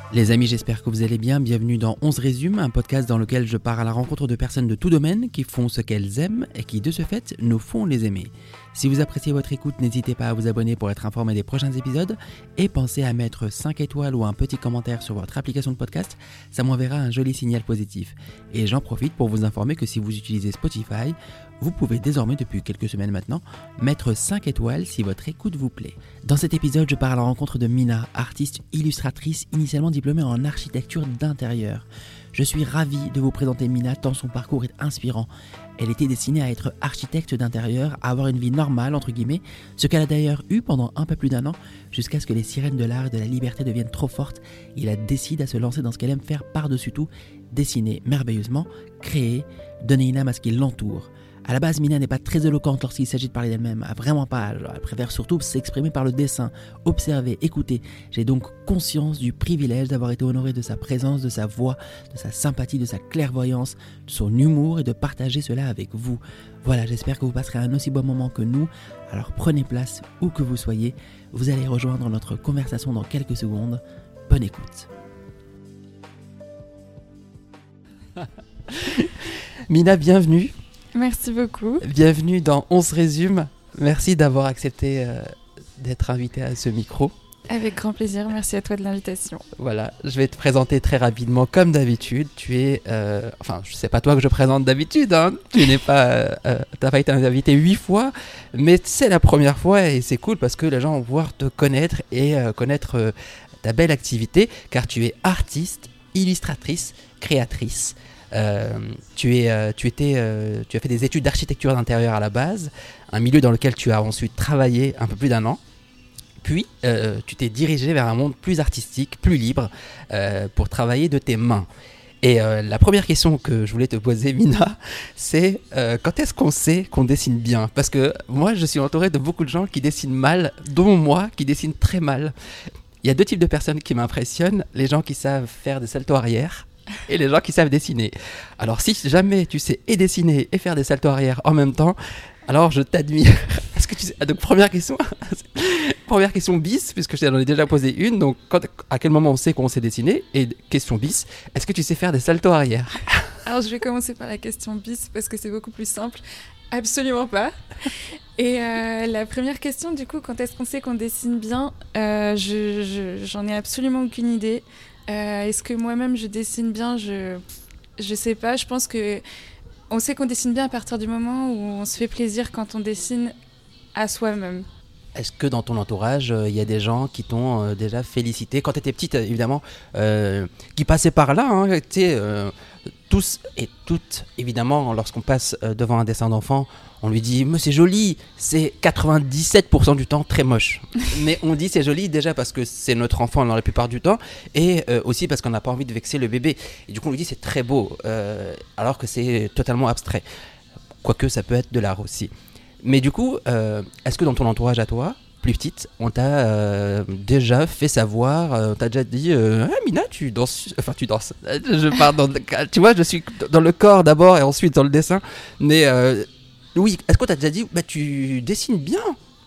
Les amis, j'espère que vous allez bien. Bienvenue dans 11 résumes, un podcast dans lequel je pars à la rencontre de personnes de tout domaine qui font ce qu'elles aiment et qui, de ce fait, nous font les aimer. Si vous appréciez votre écoute, n'hésitez pas à vous abonner pour être informé des prochains épisodes et pensez à mettre 5 étoiles ou un petit commentaire sur votre application de podcast, ça m'enverra un joli signal positif. Et j'en profite pour vous informer que si vous utilisez Spotify, vous pouvez désormais, depuis quelques semaines maintenant, mettre 5 étoiles si votre écoute vous plaît. Dans cet épisode, je pars à la rencontre de Mina, artiste illustratrice initialement diplômée en architecture d'intérieur. Je suis ravi de vous présenter Mina tant son parcours est inspirant. Elle était destinée à être architecte d'intérieur, à avoir une vie normale entre guillemets, ce qu'elle a d'ailleurs eu pendant un peu plus d'1 an, jusqu'à ce que les sirènes de l'art et de la liberté deviennent trop fortes. Il la décide à se lancer dans ce qu'elle aime faire par-dessus tout, dessiner merveilleusement, créer, donner une âme à ce qui l'entoure. À la base, Mina n'est pas très éloquente lorsqu'il s'agit de parler d'elle-même, vraiment pas. Elle préfère surtout s'exprimer par le dessin, observer, écouter. J'ai donc conscience du privilège d'avoir été honoré de sa présence, de sa voix, de sa sympathie, de sa clairvoyance, de son humour et de partager cela avec vous. Voilà, j'espère que vous passerez un aussi bon moment que nous. Alors prenez place où que vous soyez. Vous allez rejoindre notre conversation dans quelques secondes. Bonne écoute. Mina, bienvenue. Merci beaucoup. Bienvenue dans 11 résumes. Merci d'avoir accepté d'être invité à ce micro. Avec grand plaisir, merci à toi de l'invitation. Voilà, je vais te présenter très rapidement comme d'habitude. Tu es, je sais pas toi que je présente d'habitude, hein. Tu n'es pas, t'as pas été invité 8 fois, mais c'est la première fois et c'est cool parce que les gens vont pouvoir te connaître et connaître ta belle activité, car tu es artiste, illustratrice, créatrice. Tu as fait des études d'architecture d'intérieur à la base, un milieu dans lequel tu as ensuite travaillé un peu plus d'1 an. Puis, tu t'es dirigé vers un monde plus artistique, plus libre, pour travailler de tes mains. Et la première question que je voulais te poser, Mina, c'est quand est-ce qu'on sait qu'on dessine bien ? Parce que moi, je suis entouré de beaucoup de gens qui dessinent mal, dont moi, qui dessine très mal. Il y a 2 types de personnes qui m'impressionnent, les gens qui savent faire des saltos arrière, et les gens qui savent dessiner. Alors si jamais tu sais et dessiner et faire des saltos arrière en même temps, alors je t'admire. Est-ce que tu sais... Donc première question bis, puisque j'en ai déjà posé une, donc à quel moment on sait qu'on sait dessiner ? Et question bis, est-ce que tu sais faire des saltos arrière ? Alors je vais commencer par la question bis parce que c'est beaucoup plus simple. Absolument pas. Et la première question du coup, quand est-ce qu'on sait qu'on dessine bien ? J'en ai absolument aucune idée. Est-ce que moi-même je dessine bien ? Je sais pas, je pense que on sait qu'on dessine bien à partir du moment où on se fait plaisir quand on dessine à soi-même. Est-ce que dans ton entourage, il y a des gens qui t'ont déjà félicité quand tu étais petite, évidemment, qui passaient par là, hein, tu sais, tous et toutes, évidemment, lorsqu'on passe devant un dessin d'enfant, on lui dit « mais c'est joli », c'est 97% du temps très moche. Mais on dit c'est joli déjà parce que c'est notre enfant dans la plupart du temps et aussi parce qu'on n'a pas envie de vexer le bébé. Et du coup on lui dit c'est très beau alors que c'est totalement abstrait. Quoique ça peut être de l'art aussi. Mais du coup, est-ce que dans ton entourage à toi, plus petite, on t'a déjà fait savoir, on t'a déjà dit Mina, tu danses, tu danses. Je pars tu vois, je suis dans le corps d'abord et ensuite dans le dessin. Mais oui, est-ce qu'on t'a déjà dit tu dessines bien ?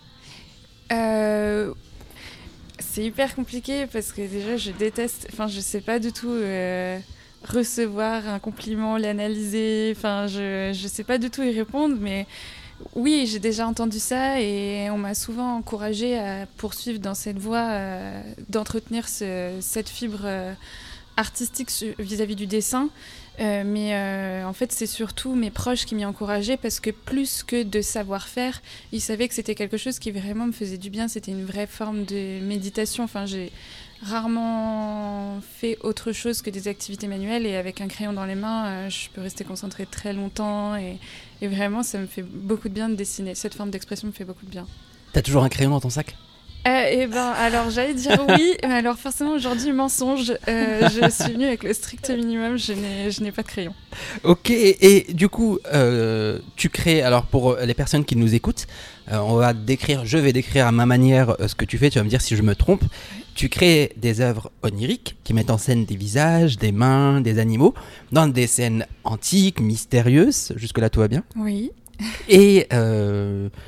C'est hyper compliqué parce que déjà je déteste, je sais pas du tout recevoir un compliment, l'analyser, je sais pas du tout y répondre, mais oui, j'ai déjà entendu ça et on m'a souvent encouragée à poursuivre dans cette voie, d'entretenir cette fibre artistique vis-à-vis du dessin. En fait, c'est surtout mes proches qui m'y encourageaient parce que plus que de savoir-faire, ils savaient que c'était quelque chose qui vraiment me faisait du bien. C'était une vraie forme de méditation. J'ai rarement fait autre chose que des activités manuelles et avec un crayon dans les mains, je peux rester concentrée très longtemps et vraiment, ça me fait beaucoup de bien de dessiner. Cette forme d'expression me fait beaucoup de bien. T'as toujours un crayon dans ton sac ? Alors j'allais dire oui, mais alors forcément aujourd'hui mensonge, je suis venue avec le strict minimum, je n'ai pas de crayon. Ok, et du coup tu crées, alors pour les personnes qui nous écoutent, je vais décrire à ma manière ce que tu fais, tu vas me dire si je me trompe. Tu crées des œuvres oniriques qui mettent en scène des visages, des mains, des animaux, dans des scènes antiques, mystérieuses, jusque là tout va bien ? Oui. Et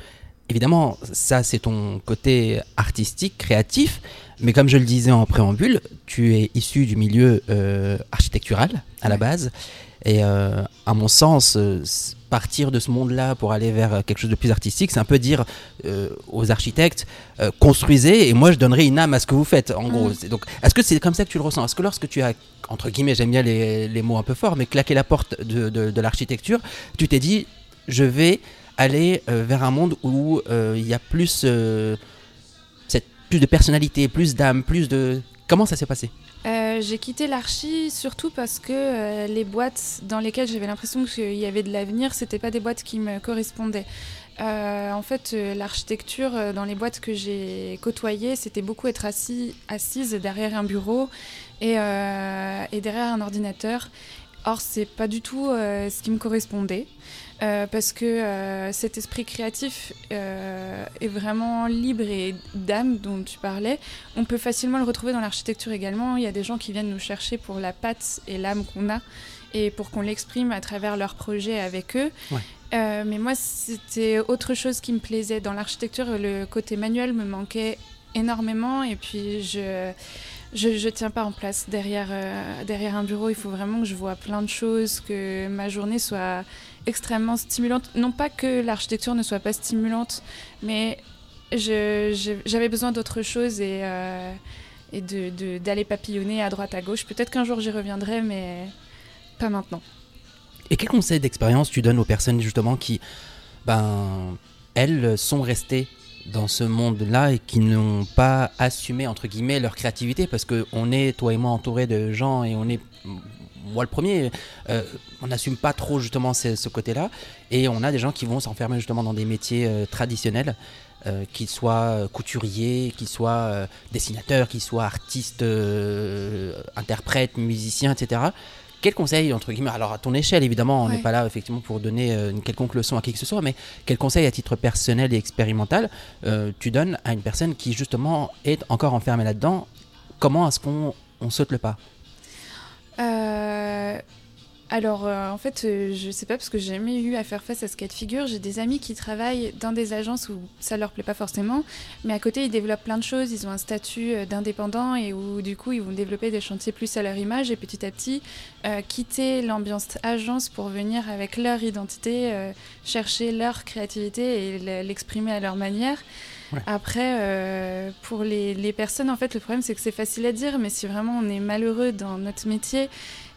évidemment, ça c'est ton côté artistique, créatif, mais comme je le disais en préambule, tu es issu du milieu architectural à la base, et à mon sens, partir de ce monde-là pour aller vers quelque chose de plus artistique, c'est un peu dire aux architectes, construisez, et moi je donnerai une âme à ce que vous faites, en gros. Donc, est-ce que c'est comme ça que tu le ressens? Est-ce que lorsque tu as, entre guillemets, j'aime bien les mots un peu forts, mais claqué la porte de l'architecture, tu t'es dit, je vais aller vers un monde où il y a plus, plus de personnalité, plus d'âme, plus de... Comment ça s'est passé? J'ai quitté l'archi surtout parce que les boîtes dans lesquelles j'avais l'impression qu'il y avait de l'avenir, c'était pas des boîtes qui me correspondaient. En fait, l'architecture dans les boîtes que j'ai côtoyées, c'était beaucoup être assise derrière un bureau et derrière un ordinateur. Or, c'est pas du tout ce qui me correspondait. Parce que cet esprit créatif est vraiment libre et d'âme dont tu parlais. On peut facilement le retrouver dans l'architecture également. Il y a des gens qui viennent nous chercher pour la patte et l'âme qu'on a et pour qu'on l'exprime à travers leurs projets avec eux. Ouais. Mais moi, c'était autre chose qui me plaisait. Dans l'architecture, le côté manuel me manquait énormément et puis je tiens pas en place derrière un bureau. Il faut vraiment que je vois plein de choses, que ma journée soit extrêmement stimulante. Non pas que l'architecture ne soit pas stimulante, mais j'avais besoin d'autre chose et d'aller papillonner à droite à gauche. Peut-être qu'un jour j'y reviendrai, mais pas maintenant. Et quel conseil d'expérience tu donnes aux personnes justement qui, elles sont restées dans ce monde-là et qui n'ont pas assumé, entre guillemets, leur créativité, parce qu'on est, toi et moi, entourés de gens, et on est, moi le premier, on n'assume pas trop justement ce côté-là, et on a des gens qui vont s'enfermer justement dans des métiers traditionnels, qu'ils soient couturiers, qu'ils soient dessinateurs, qu'ils soient artistes, interprètes, musiciens, etc. Quel conseil, entre guillemets, alors à ton échelle évidemment, on n'est pas là effectivement pour donner une quelconque leçon à qui que ce soit, mais quel conseil à titre personnel et expérimental tu donnes à une personne qui justement est encore enfermée là-dedans? Comment est-ce qu'on saute le pas? Alors, en fait, je sais pas parce que j'ai jamais eu à faire face à ce cas de figure. J'ai des amis qui travaillent dans des agences où ça leur plaît pas forcément, mais à côté, ils développent plein de choses. Ils ont un statut d'indépendant et où, du coup, ils vont développer des chantiers plus à leur image et petit à petit, quitter l'ambiance agence pour venir avec leur identité, chercher leur créativité et l'exprimer à leur manière. Ouais. Après, pour les personnes, en fait, le problème, c'est que c'est facile à dire, mais si vraiment on est malheureux dans notre métier,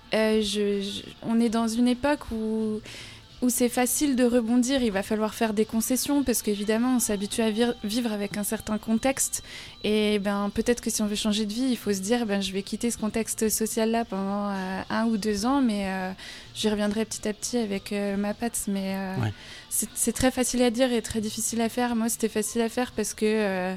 on est dans une époque où c'est facile de rebondir. Il va falloir faire des concessions parce qu'évidemment, on s'habitue à vivre avec un certain contexte. Et peut-être que si on veut changer de vie, il faut se dire je vais quitter ce contexte social-là pendant 1 ou 2 ans, mais j'y reviendrai petit à petit avec ma patte. Mais ouais. C'est très facile à dire et très difficile à faire. Moi, c'était facile à faire parce que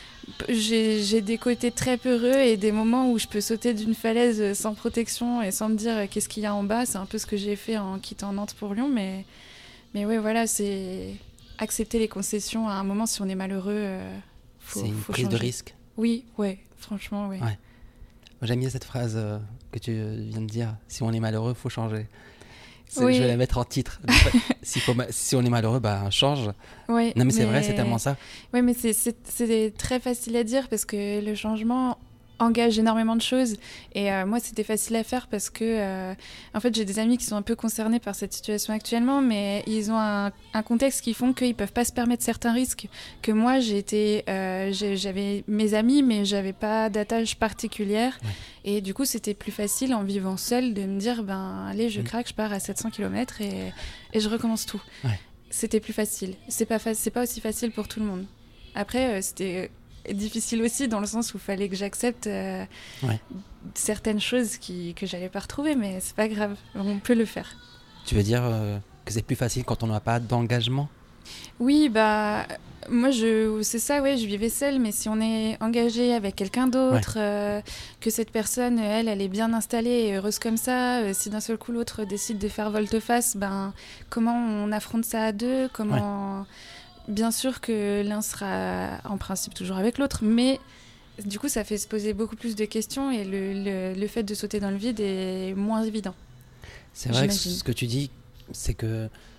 j'ai des côtés très peureux et des moments où je peux sauter d'une falaise sans protection et sans me dire qu'est-ce qu'il y a en bas. C'est un peu ce que j'ai fait en quittant Nantes pour Lyon, mais ouais, voilà, c'est accepter les concessions à un moment. Si on est malheureux, faut prise changer. De risque. Oui, ouais, franchement, ouais. Moi, j'aime bien cette phrase que tu viens de dire. Si on est malheureux, faut changer. Oui. Je vais la mettre en titre. Si on est malheureux, change. Oui, non, mais c'est vrai, c'est tellement ça. Oui, mais c'est très facile à dire parce que le changement engage énormément de choses. Et moi, c'était facile à faire parce que, en fait, j'ai des amis qui sont un peu concernés par cette situation actuellement, mais ils ont un contexte qui font qu'ils ne peuvent pas se permettre certains risques. Que moi, j'avais mes amis, mais je n'avais pas d'attache particulière. Ouais. Et du coup, c'était plus facile en vivant seule de me dire, allez, je craque, je pars à 700 km et je recommence tout. Ouais. C'était plus facile. C'est pas aussi facile pour tout le monde. Après, c'était difficile aussi dans le sens où il fallait que j'accepte certaines choses que j'allais pas retrouver, mais c'est pas grave, on peut le faire. Tu veux dire que c'est plus facile quand on n'a pas d'engagement? Oui, moi c'est ça, je vivais seule, mais si on est engagé avec quelqu'un d'autre, que cette personne, elle est bien installée et heureuse comme ça, si d'un seul coup l'autre décide de faire volte-face, comment on affronte ça à deux, comment... Bien sûr que l'un sera en principe toujours avec l'autre, mais du coup ça fait se poser beaucoup plus de questions et le fait de sauter dans le vide est moins évident. C'est vrai que ce que tu dis, c'est que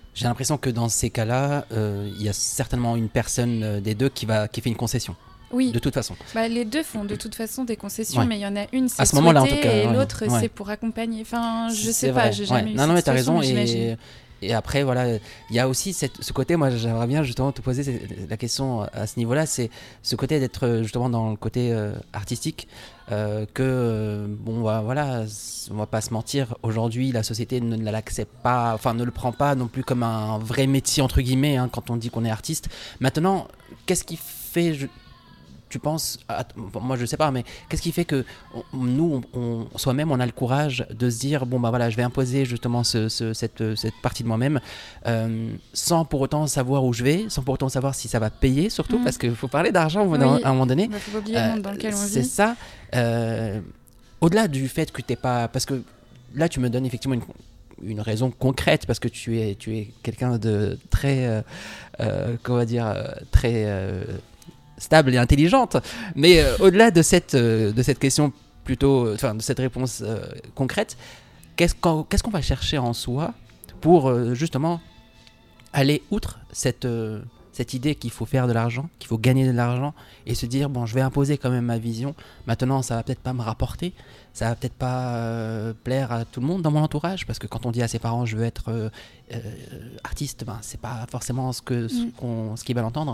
J'ai l'impression que dans ces cas-là, il y a certainement une personne des deux qui fait une concession. Oui. De toute façon. Bah, les deux font de toute façon des concessions, Ouais. mais il y en a une, c'est À ce moment-là, en tout cas, et ouais. l'autre, Ouais. c'est pour accompagner. Enfin, je C'est sais pas, vrai. j'ai jamais eu Non, mais cette t'as situation, raison. mais j'imagine. Et après, voilà, il y a aussi ce côté, moi j'aimerais bien justement te poser la question à ce niveau-là, c'est ce côté d'être justement dans le côté artistique, bon, voilà, on va pas se mentir, aujourd'hui la société ne l'accepte pas, enfin ne le prend pas non plus comme un vrai métier entre guillemets, hein, quand on dit qu'on est artiste. Maintenant, qu'est-ce qui fait, tu penses, moi je sais pas, mais qu'est-ce qui fait que nous, soi-même, on a le courage de se dire, bon bah voilà, je vais imposer justement cette partie de moi-même, sans pour autant savoir où je vais, sans pour autant savoir si ça va payer, surtout, parce qu'il faut parler d'argent Oui. à un moment donné. Bah, faut pas oublier le monde dans lequel on vit. C'est ça. Au-delà du fait que t'es pas, parce que là tu me donnes effectivement une raison concrète, parce que tu es quelqu'un de très, comment dire, très stable et intelligente, mais au-delà de cette question plutôt, enfin de cette réponse concrète, qu'est-ce qu'on va chercher en soi pour justement aller outre cette idée qu'il faut faire de l'argent, qu'il faut gagner de l'argent et se dire bon, je vais imposer quand même ma vision. Maintenant, ça va peut-être pas me rapporter, ça va peut-être pas plaire à tout le monde dans mon entourage, parce que quand on dit à ses parents je veux être artiste, ben c'est pas forcément ce qu'ils veulent entendre.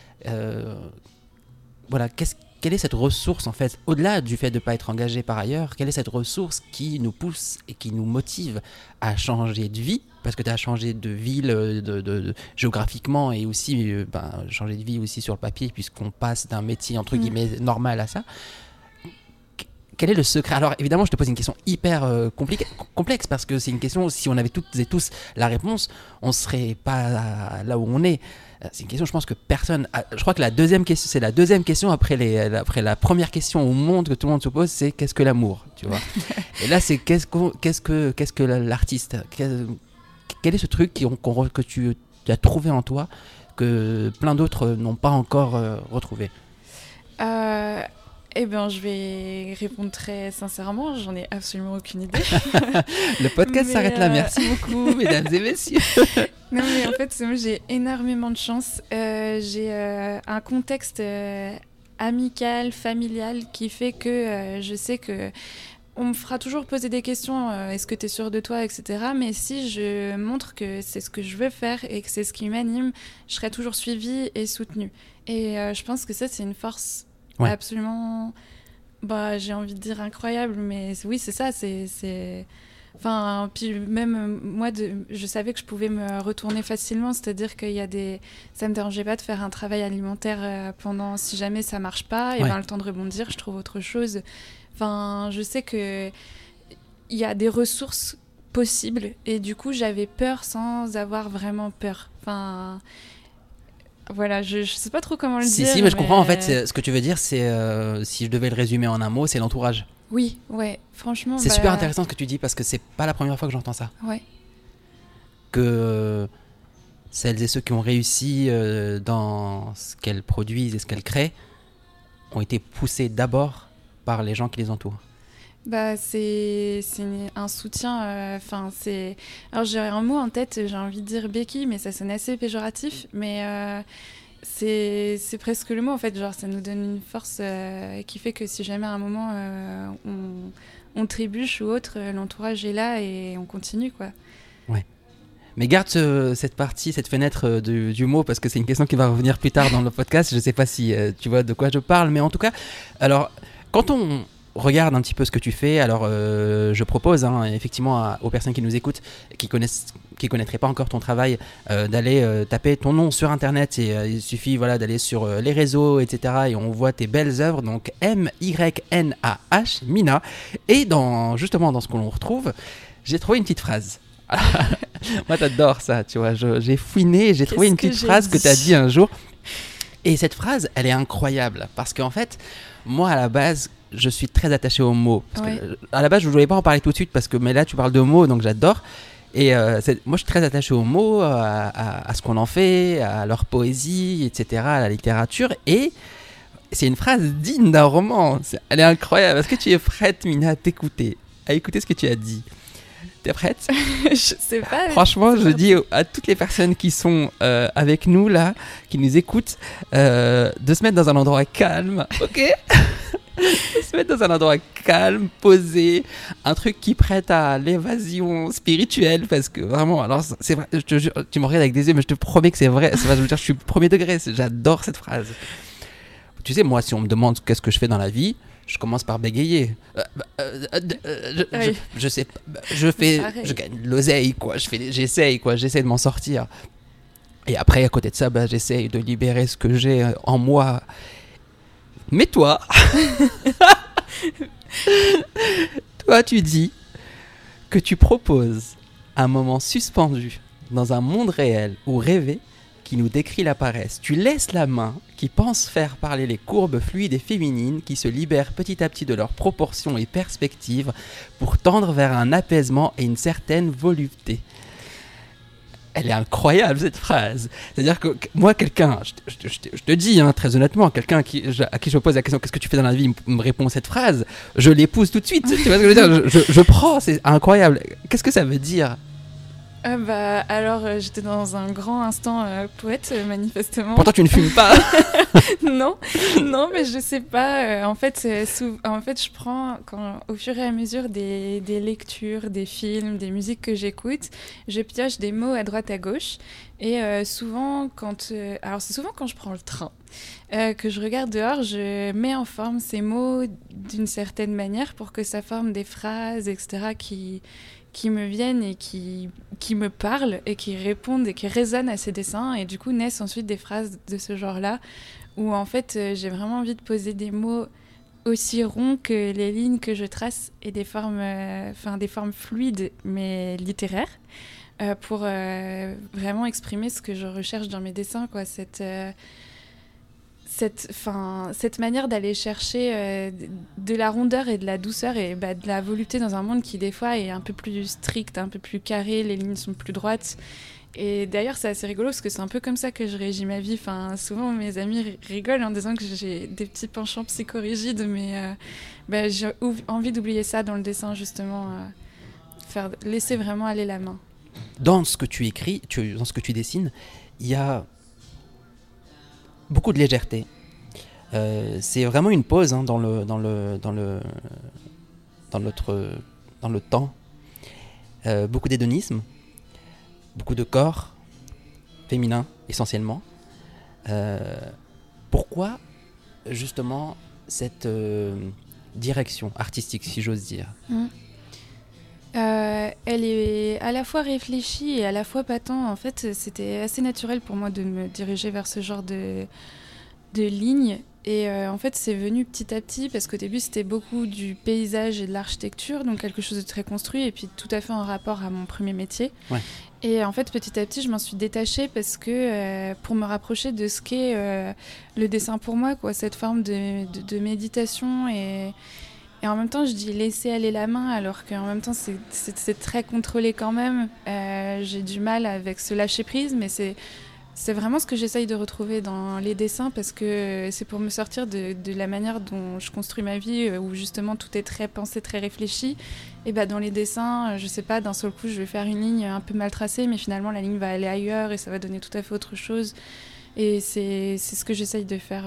Voilà, quelle est cette ressource en fait, au-delà du fait de ne pas être engagé par ailleurs, quelle est cette ressource qui nous pousse et qui nous motive à changer de vie, parce que tu as changé de ville géographiquement et aussi changer de vie aussi sur le papier, puisqu'on passe d'un métier entre guillemets normal à ça. Quel est le secret? Alors évidemment, je te pose une question hyper complexe, parce que c'est une question, si on avait toutes et tous la réponse, on ne serait pas là où on est. C'est une question, je pense que personne. Je crois que la deuxième question, c'est la deuxième question après la première question au monde que tout le monde se pose, c'est qu'est-ce que l'amour, tu vois. Et là, c'est qu'est-ce que l'artiste. Quel est ce truc que tu as trouvé en toi que plein d'autres n'ont pas encore retrouvé? Eh bien, je vais répondre très sincèrement, j'en ai absolument aucune idée. Le podcast s'arrête là, merci beaucoup, mesdames et messieurs. Non, mais en fait, moi, j'ai énormément de chance. J'ai un contexte amical, familial, qui fait que je sais que on me fera toujours poser des questions, est-ce que tu es sûre de toi, etc. Mais si je montre que c'est ce que je veux faire et que c'est ce qui m'anime, je serai toujours suivie et soutenue. Et je pense que ça, c'est une force absolument, j'ai envie de dire incroyable, mais oui, c'est ça, Enfin, puis même moi, je savais que je pouvais me retourner facilement, c'est-à-dire qu'il y a ça me dérangeait pas de faire un travail alimentaire pendant, si jamais ça marche pas, et le temps de rebondir, je trouve autre chose. Enfin, je sais que il y a des ressources possibles, et du coup, j'avais peur sans avoir vraiment peur. Enfin, voilà, je sais pas trop comment le dire. Si, mais je comprends en fait. Ce que tu veux dire, c'est si je devais le résumer en un mot, c'est l'entourage. Oui, ouais, franchement. C'est super intéressant ce que tu dis, parce que c'est pas la première fois que j'entends ça. Ouais. Que celles et ceux qui ont réussi dans ce qu'elles produisent et ce qu'elles créent ont été poussés d'abord par les gens qui les entourent. C'est un soutien. Alors j'ai un mot en tête, j'ai envie de dire béquille, mais ça sonne assez péjoratif. Mais c'est presque le mot en fait. Genre ça nous donne une force qui fait que si jamais à un moment on trébuche ou autre, l'entourage est là et on continue quoi. Ouais. Mais garde cette partie, cette fenêtre du mot, parce que c'est une question qui va revenir plus tard dans le podcast. Je sais pas si tu vois de quoi je parle, mais en tout cas, alors quand on regarde un petit peu ce que tu fais, alors je propose effectivement aux personnes qui nous écoutent, qui connaîtraient pas encore ton travail, d'aller taper ton nom sur internet, et il suffit d'aller sur les réseaux, etc., et on voit tes belles œuvres, donc MYNAH, Mina, et justement dans ce que l'on retrouve, j'ai trouvé une petite phrase. Moi t'adores ça, tu vois, j'ai fouiné, j'ai trouvé une petite phrase que tu as dit un jour, et cette phrase elle est incroyable, parce qu'en fait moi à la base je suis très attaché aux mots. À la base, je ne voulais pas en parler tout de suite, mais là, tu parles de mots, donc j'adore. Et moi, je suis très attaché aux mots, à ce qu'on en fait, à leur poésie, etc., à la littérature. Et c'est une phrase digne d'un roman. Elle est incroyable. Est-ce que tu es prête, Mina, à écouter ce que tu as dit? T'es prête? Je sais pas. Franchement, je dis à toutes les personnes qui sont avec nous là, qui nous écoutent, de se mettre dans un endroit calme, ok? De se mettre dans un endroit calme, posé, un truc qui prête à l'évasion spirituelle, parce que vraiment, alors c'est vrai, je te jure, tu me regardes avec des yeux, mais je te promets que c'est vrai, je veux dire, je suis premier degré, j'adore cette phrase. Tu sais, moi, si on me demande qu'est-ce que je fais dans la vie, je commence par bégayer. Je sais pas, je gagne de l'oseille, quoi. J'essaye de m'en sortir. Et après, à côté de ça, j'essaye de libérer ce que j'ai en moi. Mais toi, toi, tu dis que tu proposes un moment suspendu dans un monde réel ou rêvé qui nous décrit la paresse. Tu laisses la main qui pense faire parler les courbes fluides et féminines qui se libèrent petit à petit de leurs proportions et perspectives pour tendre vers un apaisement et une certaine volupté. Elle est incroyable cette phrase. C'est-à-dire que moi, quelqu'un, je te dis très honnêtement, quelqu'un à qui je pose la question qu'est-ce que tu fais dans la vie, il me répond cette phrase, je l'épouse tout de suite. Tu vois ce que je veux dire? Je prends, c'est incroyable. Qu'est-ce que ça veut dire? Alors, j'étais dans un grand instant poète, manifestement. Pourtant, tu ne fumes pas. Non, mais je sais pas. En fait, je prends, au fur et à mesure des lectures, des films, des musiques que j'écoute, je pioche des mots à droite à gauche. Et souvent, c'est souvent quand je prends le train, que je regarde dehors, je mets en forme ces mots d'une certaine manière pour que ça forme des phrases, etc., qui me viennent et qui me parlent et qui répondent et qui résonnent à ces dessins. Et du coup, naissent ensuite des phrases de ce genre-là où en fait, j'ai vraiment envie de poser des mots aussi ronds que les lignes que je trace et des formes fluides mais littéraires pour vraiment exprimer ce que je recherche dans mes dessins, quoi. Cette manière d'aller chercher de la rondeur et de la douceur et de la volupté dans un monde qui des fois est un peu plus strict, un peu plus carré, les lignes sont plus droites. Et d'ailleurs c'est assez rigolo parce que c'est un peu comme ça que je régis ma vie. Souvent mes amis rigolent en disant que j'ai des petits penchants psychorigides, mais j'ai envie d'oublier ça dans le dessin, justement, laisser vraiment aller la main. Dans ce que tu écris, dans ce que tu dessines, il y a beaucoup de légèreté. C'est vraiment une pause dans le temps. Beaucoup d'hédonisme, beaucoup de corps féminin essentiellement. Pourquoi justement cette direction artistique, si j'ose dire? Elle est à la fois réfléchie et à la fois pas tant. En fait, c'était assez naturel pour moi de me diriger vers ce genre de lignes. Et en fait, c'est venu petit à petit parce qu'au début, c'était beaucoup du paysage et de l'architecture, donc quelque chose de très construit et puis tout à fait en rapport à mon premier métier. Ouais. Et en fait, petit à petit, je m'en suis détachée parce que pour me rapprocher de ce qu'est le dessin pour moi, quoi, cette forme de méditation et en même temps, je dis laisser aller la main, alors qu'en même temps, c'est très contrôlé quand même. J'ai du mal avec ce lâcher-prise, mais c'est vraiment ce que j'essaye de retrouver dans les dessins, parce que c'est pour me sortir de la manière dont je construis ma vie, où justement tout est très pensé, très réfléchi. Et dans les dessins, je sais pas, d'un seul coup, je vais faire une ligne un peu mal tracée, mais finalement, la ligne va aller ailleurs et ça va donner tout à fait autre chose. Et c'est ce que j'essaye de faire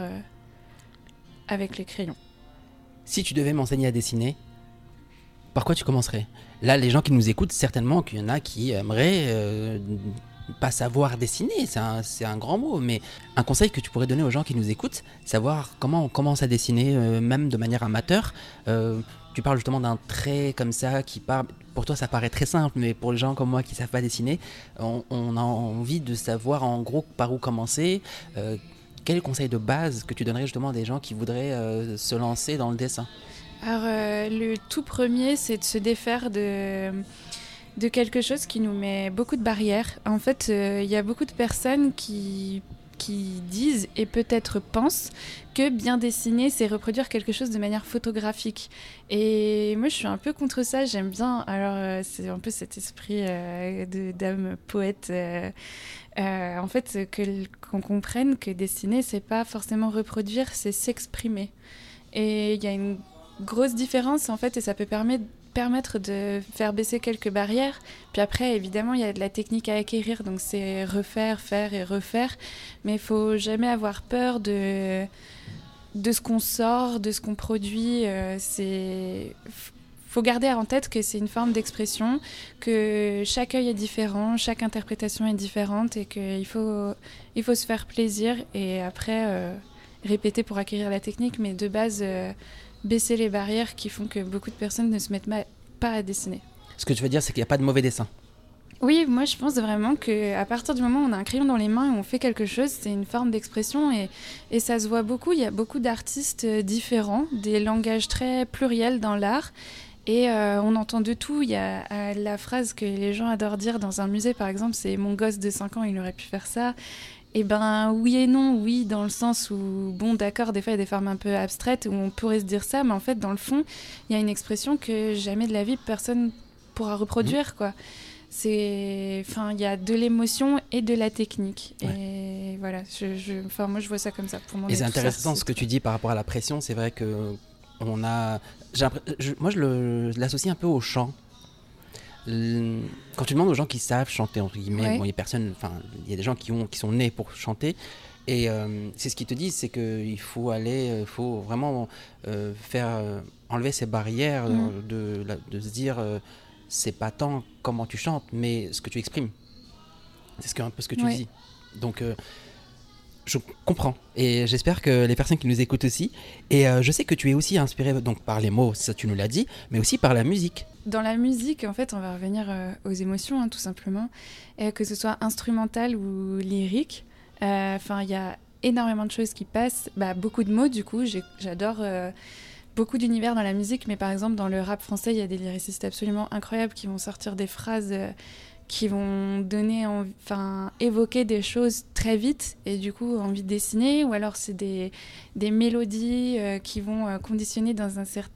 avec les crayons. Si tu devais m'enseigner à dessiner, par quoi tu commencerais? Là, les gens qui nous écoutent, certainement qu'il y en a qui aimeraient pas savoir dessiner, c'est un grand mot, mais un conseil que tu pourrais donner aux gens qui nous écoutent, savoir comment on commence à dessiner, même de manière amateur. Tu parles justement d'un trait comme ça, pour toi ça paraît très simple, mais pour les gens comme moi qui ne savent pas dessiner, on a envie de savoir en gros par où commencer. Quel conseil de base que tu donnerais justement à des gens qui voudraient se lancer dans le dessin? Alors, le tout premier, c'est de se défaire de quelque chose qui nous met beaucoup de barrières. En fait, il y a beaucoup de personnes qui disent et peut-être pensent que bien dessiner, c'est reproduire quelque chose de manière photographique. Et moi, je suis un peu contre ça, j'aime bien. Alors, c'est un peu cet esprit d'âme poète. En fait, qu'on comprenne que dessiner, c'est pas forcément reproduire, c'est s'exprimer. Et il y a une grosse différence, en fait, et ça peut permettre permettre de faire baisser quelques barrières. Puis après, évidemment, il y a de la technique à acquérir, donc c'est refaire, faire et refaire. Mais il ne faut jamais avoir peur de ce qu'on sort, de ce qu'on produit. Faut garder en tête que c'est une forme d'expression, que chaque œil est différent, chaque interprétation est différente et qu'il faut se faire plaisir et après répéter pour acquérir la technique, mais de base baisser les barrières qui font que beaucoup de personnes ne se mettent pas à dessiner. Ce que tu veux dire, c'est qu'il n'y a pas de mauvais dessin. Oui, moi je pense vraiment qu'à partir du moment où on a un crayon dans les mains et on fait quelque chose, c'est une forme d'expression et ça se voit beaucoup. Il y a beaucoup d'artistes différents, des langages très pluriels dans l'art et on entend de tout. Il y a la phrase que les gens adorent dire dans un musée par exemple, c'est « mon gosse de 5 ans, il aurait pu faire ça ». Eh ben oui et non, oui dans le sens où, bon d'accord, des fois il y a des formes un peu abstraites où on pourrait se dire ça, mais en fait dans le fond, il y a une expression que jamais de la vie personne pourra reproduire, quoi. Il y a de l'émotion et de la technique. Ouais. Et voilà, moi je vois ça comme ça. Et c'est intéressant ce que tu dis par rapport à la pression, c'est vrai que moi je l'associe un peu au chant. Quand tu demandes aux gens qui savent chanter entre guillemets, ouais. Bon, il y a des gens qui sont nés pour chanter et c'est ce qu'ils te disent, c'est qu'il faut vraiment enlever ces barrières de se dire c'est pas tant comment tu chantes mais ce que tu exprimes, c'est un peu ce que tu dis, donc je comprends et j'espère que les personnes qui nous écoutent aussi. Et je sais que tu es aussi inspirée donc par les mots, ça tu nous l'as dit, mais aussi par la musique. Dans la musique, en fait, on va revenir aux émotions, tout simplement, que ce soit instrumental ou lyrique. Il y a énormément de choses qui passent, beaucoup de mots du coup. J'adore beaucoup d'univers dans la musique, mais par exemple dans le rap français, il y a des lyricistes absolument incroyables qui vont sortir des phrases qui vont évoquer des choses très vite et du coup envie de dessiner, ou alors c'est des mélodies qui vont conditionner dans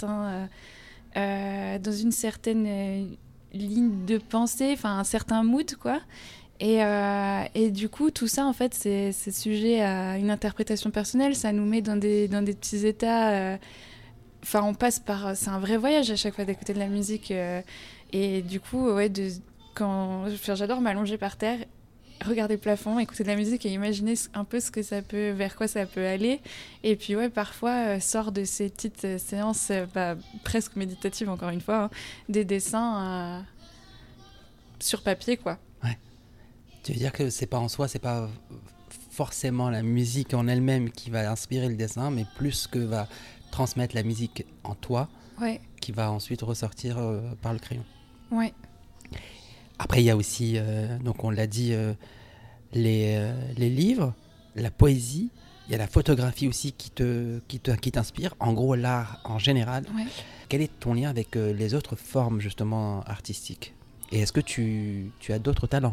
une certaine ligne de pensée, un certain mood, quoi. Et du coup, tout ça, en fait, c'est sujet à une interprétation personnelle. Ça nous met dans des petits états. On passe par. C'est un vrai voyage à chaque fois d'écouter de la musique. Et du coup, j'adore m'allonger par terre, regarder le plafond, écouter de la musique et imaginer un peu vers quoi ça peut aller. Et puis parfois sort de ces petites séances presque méditatives, encore une fois, des dessins sur papier, quoi. Ouais. Tu veux dire que c'est pas forcément la musique en elle-même qui va inspirer le dessin, mais plus que va transmettre la musique en toi, qui va ensuite ressortir par le crayon. Ouais. Après, il y a aussi, donc on l'a dit, les livres, la poésie, il y a la photographie aussi qui t'inspire, en gros l'art en général. Ouais. Quel est ton lien avec les autres formes justement artistiques ? Et est-ce que tu as d'autres talents ?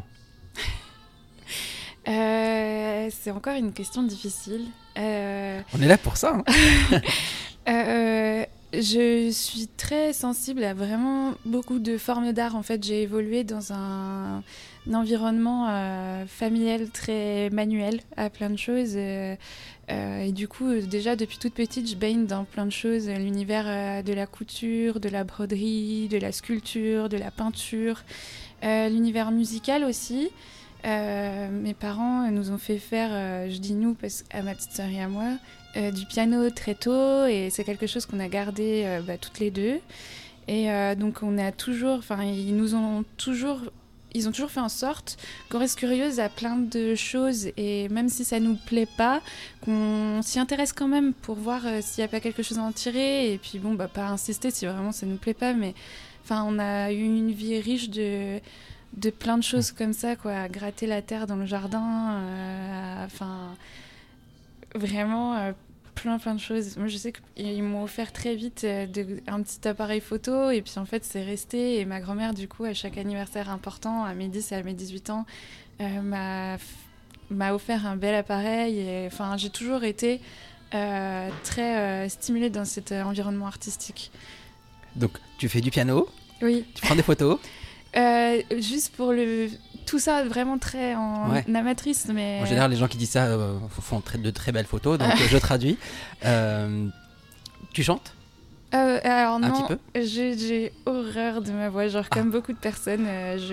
C'est encore une question difficile. On est là pour ça. Je suis très sensible à vraiment beaucoup de formes d'art. En fait, j'ai évolué dans un environnement familial très manuel à plein de choses. Et du coup, déjà, depuis toute petite, je baigne dans plein de choses. L'univers de la couture, de la broderie, de la sculpture, de la peinture. L'univers musical aussi. Mes parents nous ont fait faire, je dis nous, à ma petite sœur et à moi, du piano très tôt, et c'est quelque chose qu'on a gardé toutes les deux. Et donc on a toujours, ils ont toujours fait en sorte qu'on reste curieuse à plein de choses, et même si ça nous plaît pas, qu'on s'y intéresse quand même pour voir s'il y a pas quelque chose à en tirer, et puis pas insister si vraiment ça nous plaît pas, mais on a eu une vie riche de plein de choses comme ça, quoi, à gratter la terre dans le jardin, vraiment plein de choses. Moi, je sais qu'ils m'ont offert très vite un petit appareil photo, et puis en fait, c'est resté. Et ma grand-mère, du coup, à chaque anniversaire important, à mes 10 et à mes 18 ans, m'a offert un bel appareil. Et j'ai toujours été très stimulée dans cet environnement artistique. Donc, tu fais du piano ? Oui. Tu prends des photos ? Juste pour tout ça vraiment très en amatrice, mais en général les gens qui disent ça font de très belles photos, donc je traduis. Tu chantes ? Alors Un petit non, peu j'ai horreur de ma voix, genre comme beaucoup de personnes,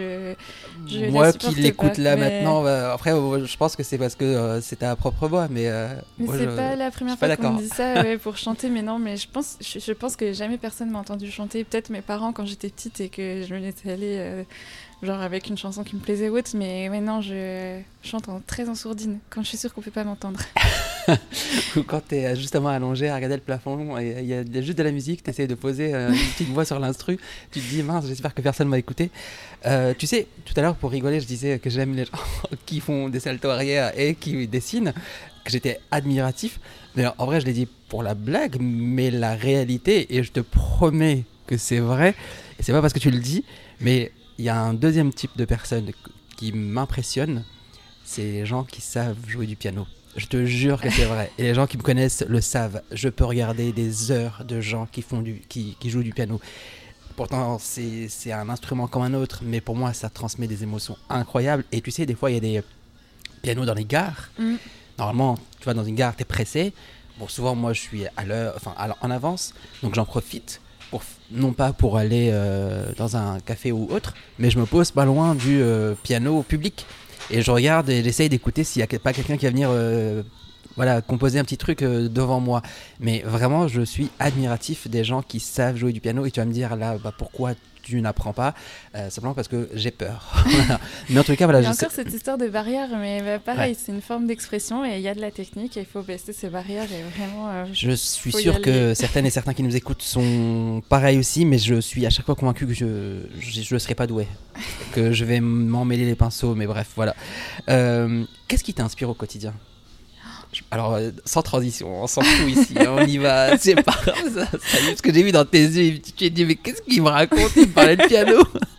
je Moi la qui supporte l'écoute pas. là Mais, maintenant, après je pense que c'est parce que c'est ta propre voix, mais mais moi c'est je pas la je suis première pas fois qu'on me d'accord. dit ça pour chanter, mais non, mais je pense que jamais personne m'a entendu chanter. Peut-être mes parents quand j'étais petite et que je me laissais aller genre avec une chanson qui me plaisait ou autre, mais maintenant je chante très en sourdine quand je suis sûre qu'on peut pas m'entendre. Ou quand tu es justement allongé à regarder le plafond, et il y a juste de la musique, tu essaies de poser une petite voix sur l'instru, tu te dis mince, j'espère que personne m'a écouté. Tu sais, tout à l'heure pour rigoler, je disais que j'aime les gens qui font des saltos arrière et qui dessinent, que j'étais admiratif. Mais en vrai, je l'ai dit pour la blague, mais la réalité, et je te promets que c'est vrai, et c'est pas parce que tu le dis, mais il y a un deuxième type de personnes qui m'impressionne, c'est les gens qui savent jouer du piano. Je te jure que c'est vrai. Et les gens qui me connaissent le savent. Je peux regarder des heures de gens qui jouent du piano. Pourtant, c'est un instrument comme un autre, mais pour moi, ça transmet des émotions incroyables. Et tu sais, des fois, il y a des pianos dans les gares. Mm. Normalement, tu vas dans une gare, t'es pressé. Bon, souvent, moi, je suis à l'heure, enfin, en avance, donc j'en profite. Non pas pour aller dans un café ou autre, mais je me pose pas loin du piano public. Et je regarde et j'essaye d'écouter s'il n'y a pas quelqu'un qui va venir composer un petit truc devant moi. Mais vraiment, je suis admiratif des gens qui savent jouer du piano. Et tu vas me dire là, pourquoi tu n'apprends pas simplement parce que j'ai peur. Voilà. Mais en tout cas, voilà. Il y a encore cette histoire de barrière, mais pareil, Ouais. c'est une forme d'expression et il y a de la technique et il faut baisser ces barrières et vraiment. Je suis faut y sûr aller. que certaines et certains qui nous écoutent sont pareils aussi, mais je suis à chaque fois convaincu que je ne serai pas doué, que je vais m'emmêler les pinceaux, mais bref, voilà. Qu'est-ce qui t'inspire au quotidien ? Alors, sans transition, on s'en fout ici, hein, on y va, c'est pas grave, ça y est, ce que j'ai vu dans tes yeux, tu t'es dit, mais qu'est-ce qu'il me raconte ? Il me parlait de piano.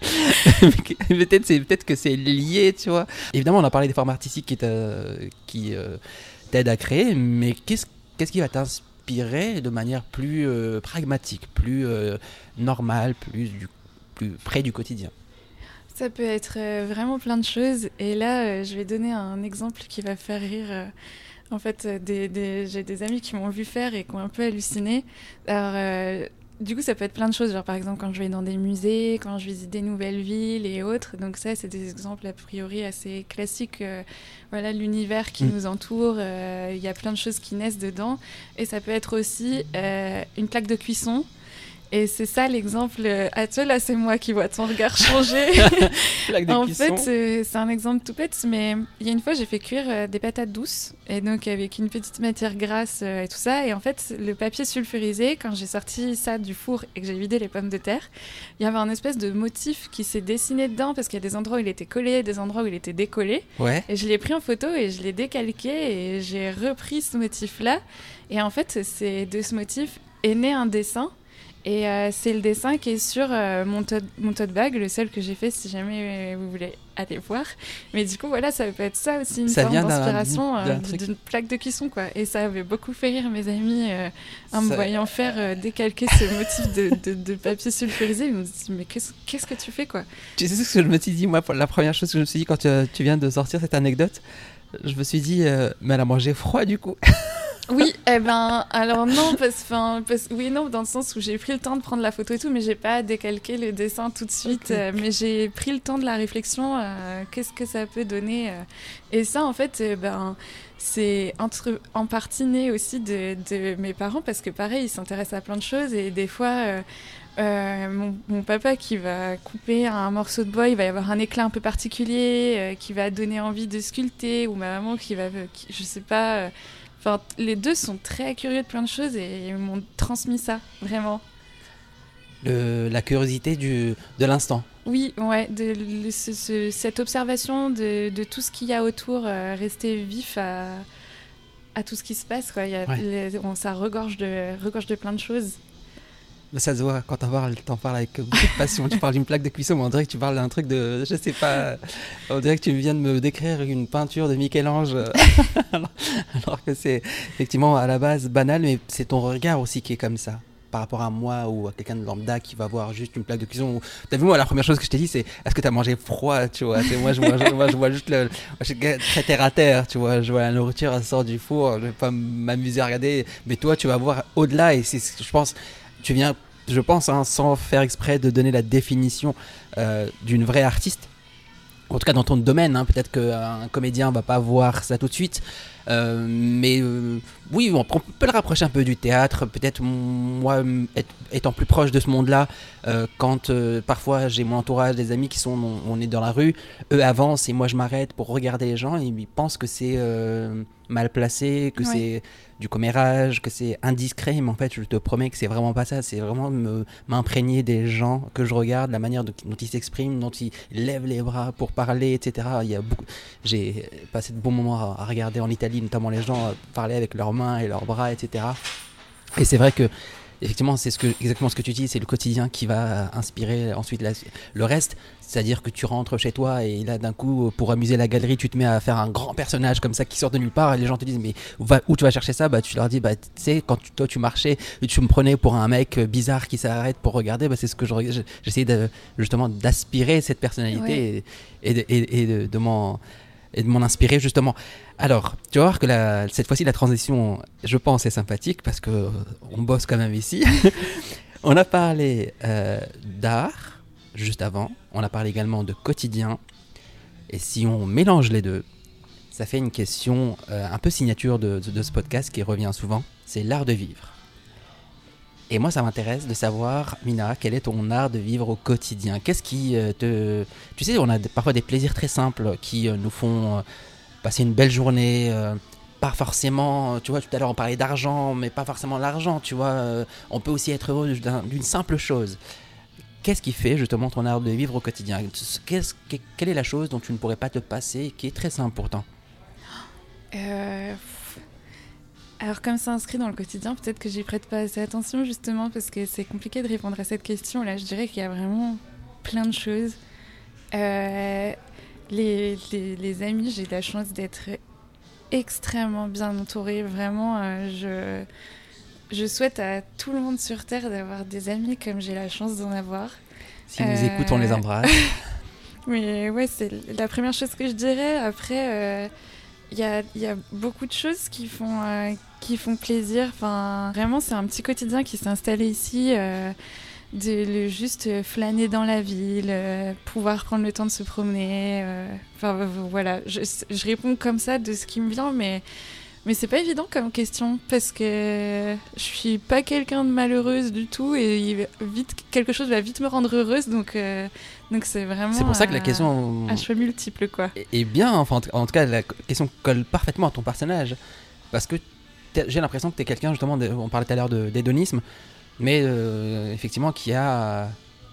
Mais peut-être que c'est lié, tu vois. Évidemment, on a parlé des formes artistiques qui t'aident à créer, mais qu'est-ce qui va t'inspirer de manière plus pragmatique, plus normale, plus près du quotidien ? Ça peut être vraiment plein de choses. Et là, je vais donner un exemple qui va faire rire. En fait, j'ai des amis qui m'ont vu faire et qui ont un peu halluciné. Alors, du coup, ça peut être plein de choses. Genre, par exemple, quand je vais dans des musées, quand je visite des nouvelles villes et autres. Donc ça, c'est des exemples a priori assez classiques. Voilà, l'univers qui nous entoure. Il y a plein de choses qui naissent dedans. Et ça peut être aussi une plaque de cuisson. Et c'est ça l'exemple. Ah, tu vois, là, c'est moi qui vois ton regard changer. En fait, c'est un exemple tout bête, mais il y a une fois, j'ai fait cuire des patates douces, et donc avec une petite matière grasse et tout ça. Et en fait, le papier sulfurisé, quand j'ai sorti ça du four et que j'ai vidé les pommes de terre, il y avait un espèce de motif qui s'est dessiné dedans, parce qu'il y a des endroits où il était collé, des endroits où il était décollé. Ouais. Et je l'ai pris en photo et je l'ai décalqué et j'ai repris ce motif-là. Et en fait, c'est de ce motif est né un dessin. Et c'est le dessin qui est sur mon tote bag, le seul que j'ai fait si jamais vous voulez aller voir. Mais du coup, voilà, ça peut être ça aussi, une forme d'inspiration d'une plaque de cuisson, quoi. Et ça avait beaucoup fait rire mes amis en me voyant faire décalquer ce motif de papier sulfurisé. Ils me disent, mais qu'est-ce que tu fais, quoi ? Tu sais ce que je me suis dit, moi, la première chose que je me suis dit quand tu viens de sortir cette anecdote, je me suis dit, mais elle a mangé froid du coup. Oui, alors non, oui, non, dans le sens où j'ai pris le temps de prendre la photo et tout, mais j'ai pas décalqué le dessin tout de suite, okay. Mais j'ai pris le temps de la réflexion, qu'est-ce que ça peut donner, et ça, en fait, c'est en partie né aussi de mes parents, parce que pareil, ils s'intéressent à plein de choses, et des fois... mon papa qui va couper un morceau de bois, il va y avoir un éclat un peu particulier qui va donner envie de sculpter, ou ma maman je sais pas... Enfin, les deux sont très curieux de plein de choses et ils m'ont transmis ça, vraiment. La curiosité de l'instant. Oui, ouais, cette observation de tout ce qu'il y a autour, rester vif à tout ce qui se passe, quoi. Ça regorge de plein de choses. Ça se voit quand t'en parles avec beaucoup de passion. Tu parles d'une plaque de cuisson, mais on dirait que tu parles d'un truc de... Je sais pas... On dirait que tu viens de me décrire une peinture de Michel-Ange. alors que c'est effectivement à la base banal, mais c'est ton regard aussi qui est comme ça. Par rapport à moi ou à quelqu'un de lambda qui va voir juste une plaque de cuisson. T'as vu, moi, la première chose que je t'ai dit, c'est est-ce que t'as mangé froid, tu vois. Moi, je vois juste moi, je suis très terre à terre, tu vois. Je vois la nourriture, elle sort du four, je vais pas m'amuser à regarder. Mais toi, tu vas voir au-delà et c'est, je pense... tu viens, je pense, sans faire exprès de donner la définition d'une vraie artiste. En tout cas dans ton domaine, peut-être qu'un comédien va pas voir ça tout de suite, mais oui, on peut le rapprocher un peu du théâtre. Peut-être moi, étant plus proche de ce monde-là, quand parfois j'ai mon entourage, des amis on est dans la rue, eux avancent et moi je m'arrête pour regarder les gens et ils pensent que c'est mal placé, que c'est du commérage, que c'est indiscret, mais en fait je te promets que c'est vraiment pas ça. C'est vraiment m'imprégner des gens que je regarde, la manière dont ils s'expriment, dont ils lèvent les bras pour parler, etc. J'ai passé de bons moments à regarder en Italie, notamment les gens parler avec leurs mains et leurs bras, etc. Et c'est vrai que effectivement, c'est exactement ce que tu dis, c'est le quotidien qui va inspirer ensuite le reste. C'est-à-dire que tu rentres chez toi et là, d'un coup, pour amuser la galerie, tu te mets à faire un grand personnage comme ça qui sort de nulle part et les gens te disent mais où tu vas chercher ça? Tu leur dis tu sais, quand toi tu marchais et tu me prenais pour un mec bizarre qui s'arrête pour regarder, c'est ce que j'essayais justement d'aspirer cette personnalité et de m'en inspirer justement. Alors, tu vas voir que cette fois-ci la transition, je pense, est sympathique parce que on bosse quand même ici. On a parlé d'art juste avant, on a parlé également de quotidien, et si on mélange les deux, ça fait une question un peu signature de ce podcast qui revient souvent, c'est l'art de vivre. Et moi, ça m'intéresse de savoir, Mina, quel est ton art de vivre au quotidien? Qu'est-ce qui Tu sais, on a parfois des plaisirs très simples qui nous font passer une belle journée, pas forcément, tu vois, tout à l'heure on parlait d'argent, mais pas forcément l'argent, tu vois. On peut aussi être heureux d'une simple chose. Qu'est-ce qui fait justement ton art de vivre au quotidien? Quelle est la chose dont tu ne pourrais pas te passer, qui est très simple pourtant? Alors comme c'est inscrit dans le quotidien, peut-être que j'y prête pas assez attention justement parce que c'est compliqué de répondre à cette question. Là, je dirais qu'il y a vraiment plein de choses. Les amis, j'ai la chance d'être extrêmement bien entourée. Vraiment, je souhaite à tout le monde sur Terre d'avoir des amis comme j'ai la chance d'en avoir. Si nous écoutons, on les embrasse. Mais ouais, c'est la première chose que je dirais. Après, il y a beaucoup de choses qui font plaisir. Enfin, vraiment, c'est un petit quotidien qui s'est installé ici. De juste flâner dans la ville, pouvoir prendre le temps de se promener. Voilà, je réponds comme ça de ce qui me vient, mais c'est pas évident comme question parce que je suis pas quelqu'un de malheureuse du tout et quelque chose va vite me rendre heureuse, donc c'est vraiment. C'est pour ça que la question un choix multiple, quoi. Et bien, enfin, en tout cas, la question colle parfaitement à ton personnage parce que j'ai l'impression que t'es quelqu'un justement. On parlait tout à l'heure d'hédonisme. Mais effectivement, qui a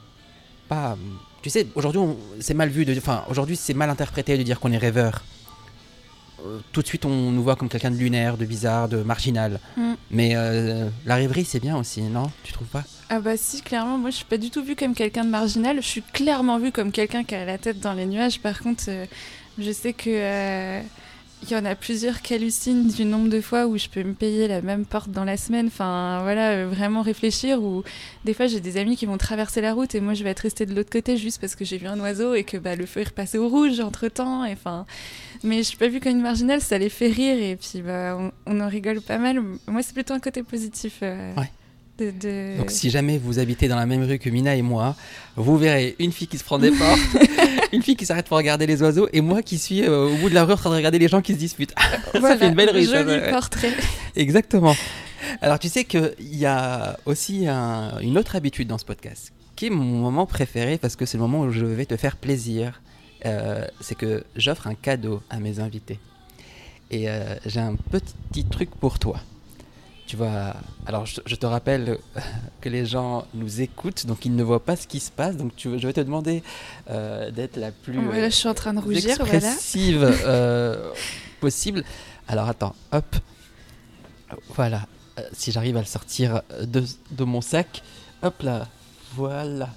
pas. Tu sais, aujourd'hui, c'est mal vu aujourd'hui, c'est mal interprété de dire qu'on est rêveur. Tout de suite, on nous voit comme quelqu'un de lunaire, de bizarre, de marginal. Mais la rêverie, c'est bien aussi, non? Tu trouves pas? Ah bah si, clairement. Moi, je suis pas du tout vue comme quelqu'un de marginal. Je suis clairement vue comme quelqu'un qui a la tête dans les nuages. Par contre, je sais que. Il y en a plusieurs qui hallucinent du nombre de fois où je peux me payer la même porte dans la semaine. Enfin, voilà, vraiment réfléchir. Ou des fois, j'ai des amis qui vont traverser la route et moi, je vais être restée de l'autre côté juste parce que j'ai vu un oiseau et que le feu est repassé au rouge entre-temps. Mais je suis pas vue comme une marginale, ça les fait rire et puis on en rigole pas mal. Moi, c'est plutôt un côté positif. Ouais. Donc si jamais vous habitez dans la même rue que Mina et moi, vous verrez une fille qui se prend des portes, une fille qui s'arrête pour regarder les oiseaux et moi qui suis au bout de la rue en train de regarder les gens qui se disputent. Voilà, ça fait une belle rue. Joli portrait. Exactement. Alors tu sais qu'il y a aussi une autre habitude dans ce podcast qui est mon moment préféré parce que c'est le moment où je vais te faire plaisir. C'est que j'offre un cadeau à mes invités. Et j'ai un petit truc pour toi. Tu vois, alors je te rappelle que les gens nous écoutent, donc ils ne voient pas ce qui se passe. Donc je vais te demander d'être la plus je suis en train de rougir, expressive possible. Alors attends, hop, voilà. Si j'arrive à le sortir de mon sac, hop là, voilà.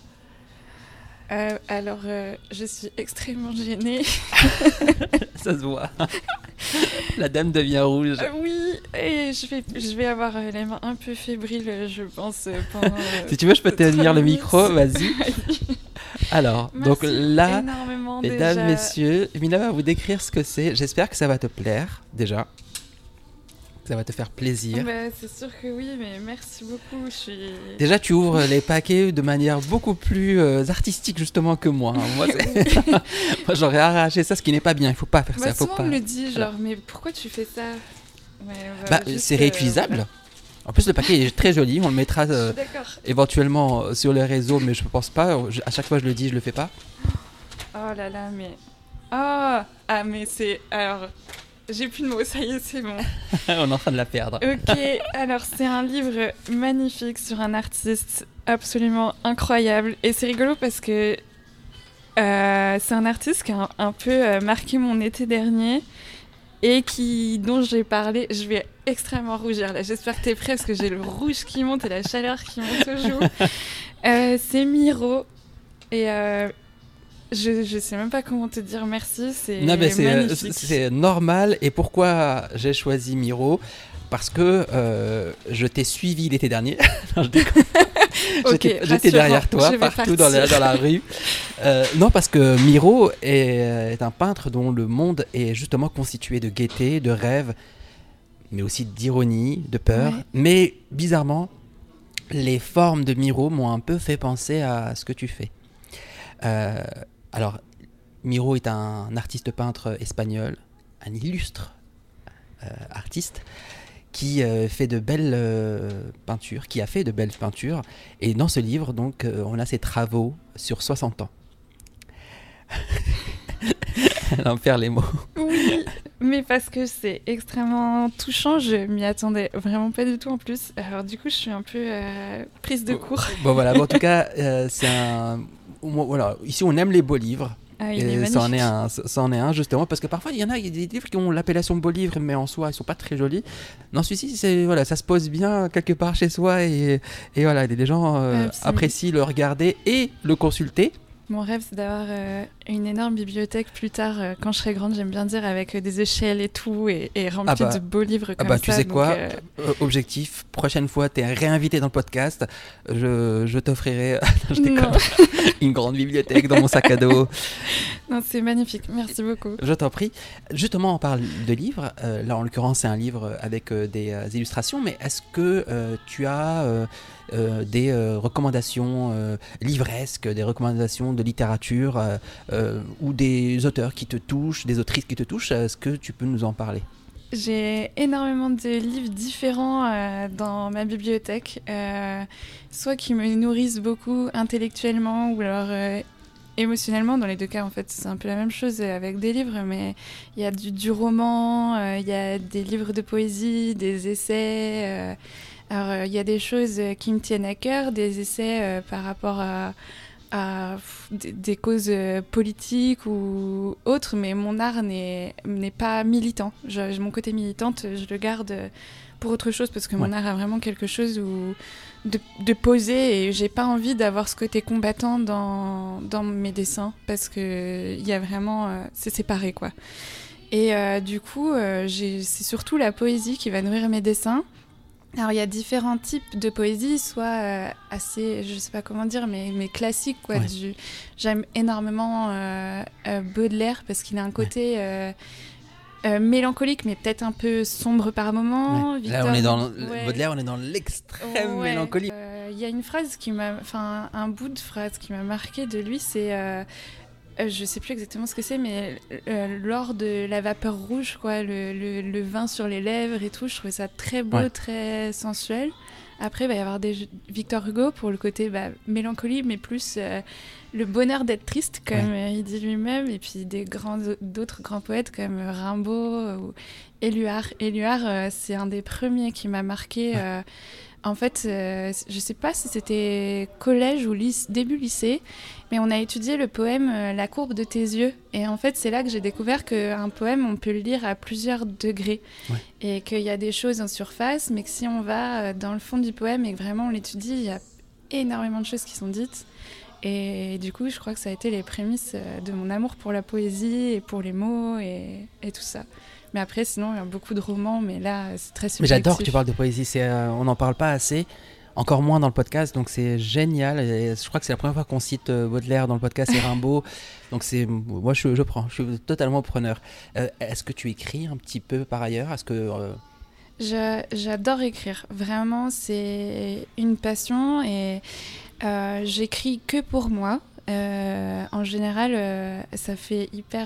Je suis extrêmement gênée. Ça se voit. La dame devient rouge. Oui, et je vais avoir les mains un peu fébriles, je pense. Pendant, si tu veux, je peux te tenir le micro, vas-y. Alors, merci donc là, mesdames, déjà. messieurs, Mina va vous décrire ce que c'est. J'espère que ça va te plaire, déjà. ça va te faire plaisir. C'est sûr que oui, mais merci beaucoup. Déjà, tu ouvres les paquets de manière beaucoup plus artistique justement que moi. Moi, moi, j'aurais arraché ça, ce qui n'est pas bien. Il ne faut pas faire ça. Souvent on me le dit, genre, mais pourquoi tu fais ça? C'est réutilisable. En plus, le paquet est très joli. On le mettra éventuellement sur les réseaux, mais je ne pense pas. À chaque fois, je le dis, je ne le fais pas. Oh là là, mais... mais c'est... Alors, j'ai plus de mots, ça y est, c'est bon. On est en train de la perdre. Ok, alors c'est un livre magnifique sur un artiste absolument incroyable. Et c'est rigolo parce que c'est un artiste qui a un peu marqué mon été dernier et dont j'ai parlé. Je vais extrêmement rougir là, j'espère que t'es prêt parce que j'ai le rouge qui monte et la chaleur qui monte aux joues. C'est Miro et... Je sais même pas comment te dire merci, c'est magnifique. C'est normal. Et pourquoi j'ai choisi Miro? Parce que je t'ai suivi l'été dernier. Non, j'étais derrière toi, partout dans la rue. Non, parce que Miro est un peintre dont le monde est justement constitué de gaieté, de rêve, mais aussi d'ironie, de peur. Ouais. Mais bizarrement, les formes de Miro m'ont un peu fait penser à ce que tu fais. Alors, Miro est un artiste peintre espagnol, un illustre artiste qui fait de belles peintures, qui a fait de belles peintures. Et dans ce livre, donc, on a ses travaux sur 60 ans. Elle en perd les mots. Oui, mais parce que c'est extrêmement touchant, je m'y attendais vraiment pas du tout en plus. Alors du coup, je suis un peu prise de court. Bon voilà, en tout cas, c'est un... Voilà, ici on aime les beaux livres. Ah, il est ça en est un justement, parce que parfois il y a des livres qui ont l'appellation beau livre, mais en soi ils sont pas très jolis. Non, celui-ci, ça se pose bien quelque part chez soi et voilà, les gens apprécient le regarder et le consulter. Mon rêve, c'est d'avoir une énorme bibliothèque plus tard, quand je serai grande, j'aime bien dire, avec des échelles et tout, et remplie de beaux livres comme ça. Tu sais quoi, objectif, prochaine fois, t'es réinvité dans le podcast, je t'offrirai une grande bibliothèque dans mon sac à dos. Non, c'est magnifique, merci beaucoup. Je t'en prie. Justement, on parle de livres. Là, en l'occurrence, c'est un livre avec des illustrations, mais est-ce que tu as... des recommandations livresques, des recommandations de littérature ou des auteurs qui te touchent, des autrices qui te touchent? Est-ce que tu peux nous en parler? J'ai énormément de livres différents dans ma bibliothèque, soit qui me nourrissent beaucoup intellectuellement ou alors émotionnellement. Dans les deux cas, en fait, c'est un peu la même chose avec des livres, mais il y a du roman, il y a des livres de poésie, des essais... Alors, il y a des choses qui me tiennent à cœur, des essais par rapport à des causes politiques ou autres, mais mon art n'est pas militant. Mon côté militante, je le garde pour autre chose, parce que mon art a vraiment quelque chose de posé, et j'ai pas envie d'avoir ce côté combattant dans mes dessins, parce que il y a vraiment... c'est séparé, quoi. Et du coup, c'est surtout la poésie qui va nourrir mes dessins. Alors, il y a différents types de poésie, soit assez, je sais pas comment dire, mais classiques, quoi. Ouais. J'aime énormément Baudelaire, parce qu'il a un côté mélancolique, mais peut-être un peu sombre par moments. Ouais. Là, on est dans Baudelaire, on est dans l'extrême mélancolie. Il y a une phrase un bout de phrase qui m'a marqué de lui, c'est... je sais plus exactement ce que c'est, mais lors de la vapeur rouge, quoi, le vin sur les lèvres et tout, je trouvais ça très beau, très sensuel. Après, il va y avoir Victor Hugo pour le côté mélancolie, mais plus le bonheur d'être triste, comme il dit lui-même, et puis d'autres grands poètes comme Rimbaud ou Éluard. Éluard, c'est un des premiers qui m'a marqué. En fait, je sais pas si c'était collège ou début lycée, mais on a étudié le poème La courbe de tes yeux. Et en fait, c'est là que j'ai découvert qu'un poème, on peut le lire à plusieurs degrés. Ouais. Et qu'il y a des choses en surface, mais que si on va dans le fond du poème et que vraiment on l'étudie, il y a énormément de choses qui sont dites. Et du coup, je crois que ça a été les prémices de mon amour pour la poésie et pour les mots et tout ça. Mais après, sinon, il y a beaucoup de romans, mais là, c'est très subjectif. Mais j'adore que tu parles de poésie. On n'en parle pas assez, encore moins dans le podcast, donc c'est génial. Et je crois que c'est la première fois qu'on cite Baudelaire dans le podcast et Rimbaud. Donc moi, je prends, je suis totalement preneur. Est-ce que tu écris un petit peu par ailleurs? Est-ce que... J'adore écrire. Vraiment, c'est une passion et j'écris que pour moi. En général, ça fait hyper...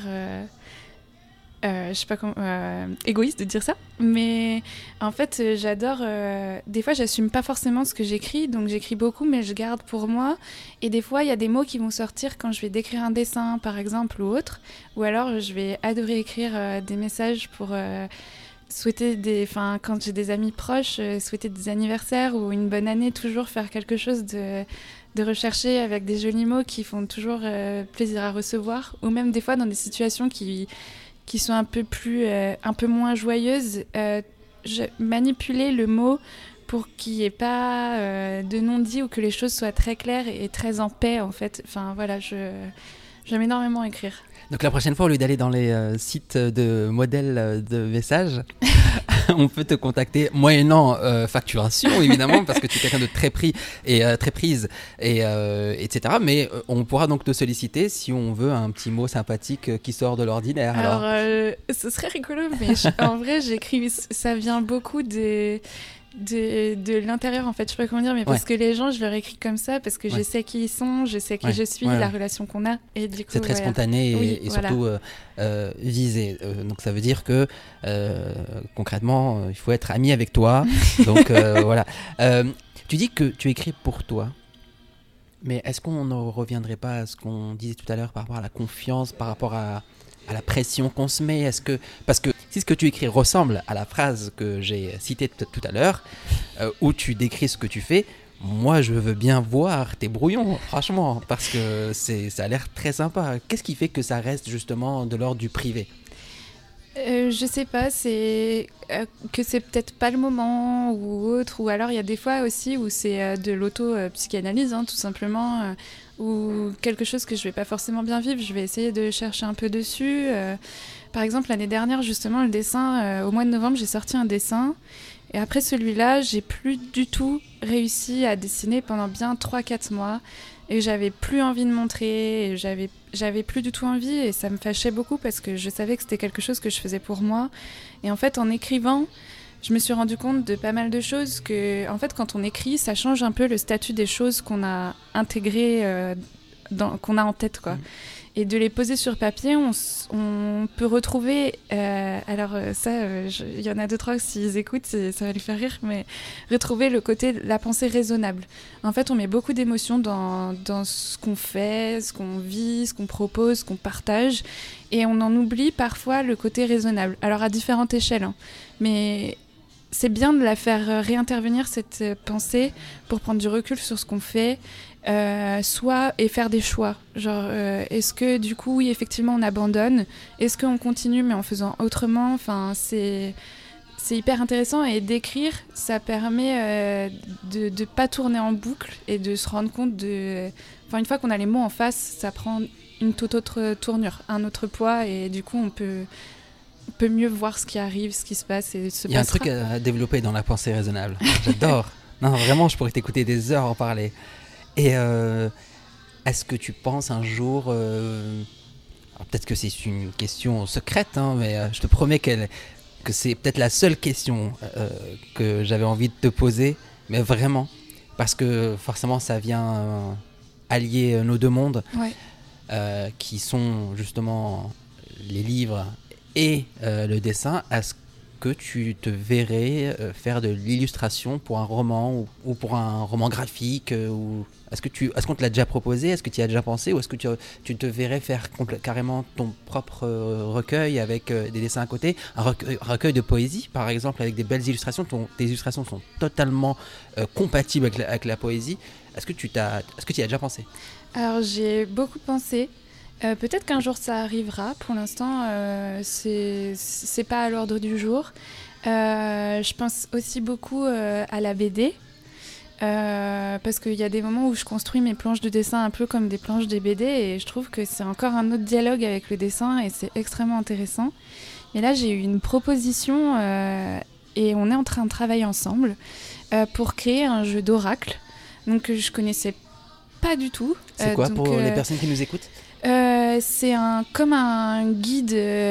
je sais pas comment, égoïste de dire ça, mais en fait j'adore, des fois j'assume pas forcément ce que j'écris, donc j'écris beaucoup mais je garde pour moi, et des fois il y a des mots qui vont sortir quand je vais décrire un dessin par exemple ou autre, ou alors je vais adorer écrire des messages pour souhaiter quand j'ai des amis proches, souhaiter des anniversaires ou une bonne année, toujours faire quelque chose de rechercher avec des jolis mots qui font toujours plaisir à recevoir, ou même des fois dans des situations qui sont un peu moins joyeuses, manipuler le mot pour qu'il n'y ait pas de non-dit ou que les choses soient très claires et très en paix, en fait. Enfin, voilà, j'aime énormément écrire. Donc la prochaine fois, au lieu d'aller dans les sites de modèles de messages, on peut te contacter moyennant facturation, évidemment, parce que tu es quelqu'un de très pris et très prise, etc. Mais on pourra donc te solliciter si on veut un petit mot sympathique qui sort de l'ordinaire. Alors ce serait rigolo, mais en vrai, j'écris, ça vient beaucoup de l'intérieur, en fait, je sais pas comment dire, mais parce que les gens, je leur écris comme ça parce que je sais qui ils sont, je sais qui je suis, la relation qu'on a, et du coup c'est très spontané et surtout visé, donc ça veut dire que concrètement il faut être ami avec toi, donc voilà. Tu dis que tu écris pour toi, mais est-ce qu'on ne reviendrait pas à ce qu'on disait tout à l'heure par rapport à la confiance, par rapport à la pression qu'on se met? Parce que si ce que tu écris ressemble à la phrase que j'ai citée tout à l'heure, où tu décris ce que tu fais, moi je veux bien voir tes brouillons, franchement, parce que ça a l'air très sympa. Qu'est-ce qui fait que ça reste justement de l'ordre du privé ? Je sais pas, c'est que c'est peut-être pas le moment ou autre, ou alors il y a des fois aussi où c'est de l'auto-psychanalyse, tout simplement, ou quelque chose que je vais pas forcément bien vivre, je vais essayer de chercher un peu dessus. Par exemple, l'année dernière, justement, le dessin, au mois de novembre, j'ai sorti un dessin, et après celui-là, j'ai plus du tout réussi à dessiner pendant bien 3-4 mois. Et j'avais plus envie de montrer, et j'avais plus du tout envie, et ça me fâchait beaucoup parce que je savais que c'était quelque chose que je faisais pour moi. Et en fait, en écrivant, je me suis rendu compte de pas mal de choses, que en fait, quand on écrit, ça change un peu le statut des choses qu'on a intégrées, qu'on a en tête, quoi. Et de les poser sur papier, on peut retrouver... il y en a 2-3 s'ils écoutent, ça va les faire rire, mais retrouver le côté de la pensée raisonnable. En fait, on met beaucoup d'émotions dans ce qu'on fait, ce qu'on vit, ce qu'on propose, ce qu'on partage, et on en oublie parfois le côté raisonnable. Alors à différentes échelles, mais c'est bien de la faire réintervenir, cette pensée, pour prendre du recul sur ce qu'on fait, et faire des choix. Genre, est-ce que du coup, oui, effectivement, on abandonne ? Est-ce qu'on continue mais en faisant autrement ? Enfin, c'est hyper intéressant, et d'écrire, ça permet de ne pas tourner en boucle et de se rendre compte Enfin, une fois qu'on a les mots en face, ça prend une toute autre tournure, un autre poids, et du coup, on peut mieux voir ce qui arrive, ce qui se passe et se passera. Il y a un truc à développer dans la pensée raisonnable. J'adore. Non, vraiment, je pourrais t'écouter des heures en parler. Et est-ce que tu penses un jour... alors peut-être que c'est une question secrète, mais je te promets que c'est peut-être la seule question que j'avais envie de te poser, mais vraiment, parce que forcément ça vient allier nos deux mondes, qui sont justement les livres et le dessin. Est-ce que tu te verrais faire de l'illustration pour un roman ou pour un roman graphique est-ce qu'on te l'a déjà proposé? Est-ce que tu y as déjà pensé? Ou est-ce que tu te verrais faire carrément ton propre recueil avec des dessins à côté, un recueil de poésie par exemple, avec des belles illustrations? Tes illustrations sont totalement compatibles avec la poésie. Est-ce que tu y as déjà pensé? Alors j'ai beaucoup pensé. Peut-être qu'un jour ça arrivera. Pour l'instant, c'est pas à l'ordre du jour. Je pense aussi beaucoup à la BD. Parce qu'il y a des moments où je construis mes planches de dessin un peu comme des planches des BD, et je trouve que c'est encore un autre dialogue avec le dessin, et c'est extrêmement intéressant. Et là, j'ai eu une proposition et on est en train de travailler ensemble pour créer un jeu d'oracle. Donc je connaissais pas du tout. C'est quoi pour les personnes qui nous écoutent? C'est comme un guide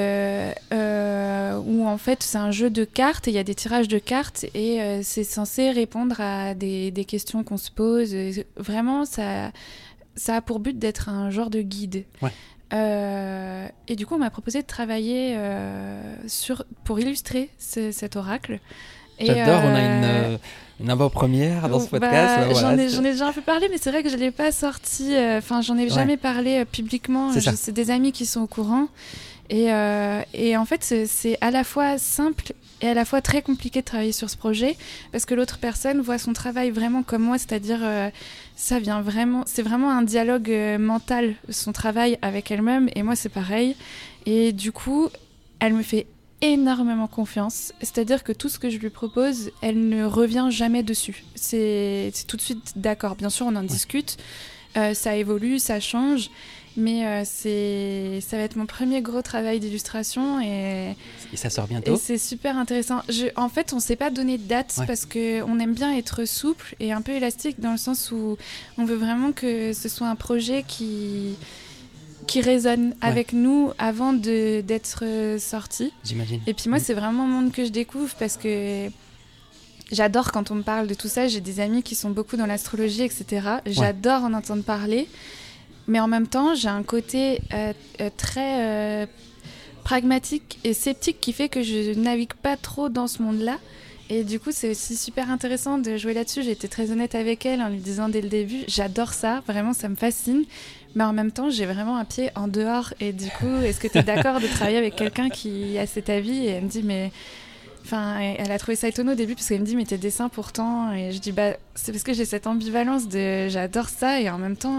où en fait c'est un jeu de cartes et il y a des tirages de cartes et c'est censé répondre à des questions qu'on se pose. Et vraiment, ça a pour but d'être un genre de guide. Ouais. Et du coup, on m'a proposé de travailler pour illustrer cet oracle. J'adore, on a une avant-première dans ce podcast. J'en ai déjà un peu parlé, mais c'est vrai que je ne l'ai pas sorti. J'en ai jamais parlé publiquement. C'est des amis qui sont au courant. Et en fait, c'est à la fois simple et à la fois très compliqué de travailler sur ce projet parce que l'autre personne voit son travail vraiment comme moi, c'est-à-dire c'est vraiment un dialogue mental, son travail avec elle-même, et moi c'est pareil. Et du coup, elle me fait énormément confiance, c'est-à-dire que tout ce que je lui propose, elle ne revient jamais dessus. C'est tout de suite d'accord. Bien sûr, on en discute, ça évolue, ça change, mais ça va être mon premier gros travail d'illustration et ça sort bientôt. Et c'est super intéressant. En fait, on ne s'est pas donné de date parce qu'on aime bien être souple et un peu élastique dans le sens où on veut vraiment que ce soit un projet qui résonne avec nous avant d'être sorti. J'imagine. Et puis moi, c'est vraiment un monde que je découvre parce que j'adore quand on me parle de tout ça. J'ai des amis qui sont beaucoup dans l'astrologie, etc. J'adore en entendre parler. Mais en même temps, j'ai un côté très pragmatique et sceptique qui fait que je navigue pas trop dans ce monde-là. Et du coup, c'est aussi super intéressant de jouer là-dessus. J'ai été très honnête avec elle en lui disant dès le début, j'adore ça, vraiment, ça me fascine. Mais en même temps, j'ai vraiment un pied en dehors. Et du coup, est-ce que tu es d'accord de travailler avec quelqu'un qui a cet avis ? Et elle me dit, mais... Enfin, elle a trouvé ça étonnant au début parce qu'elle me dit, mais tes dessins pourtant... Et je dis, c'est parce que j'ai cette ambivalence de j'adore ça et en même temps,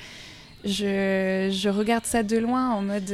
je regarde ça de loin en mode...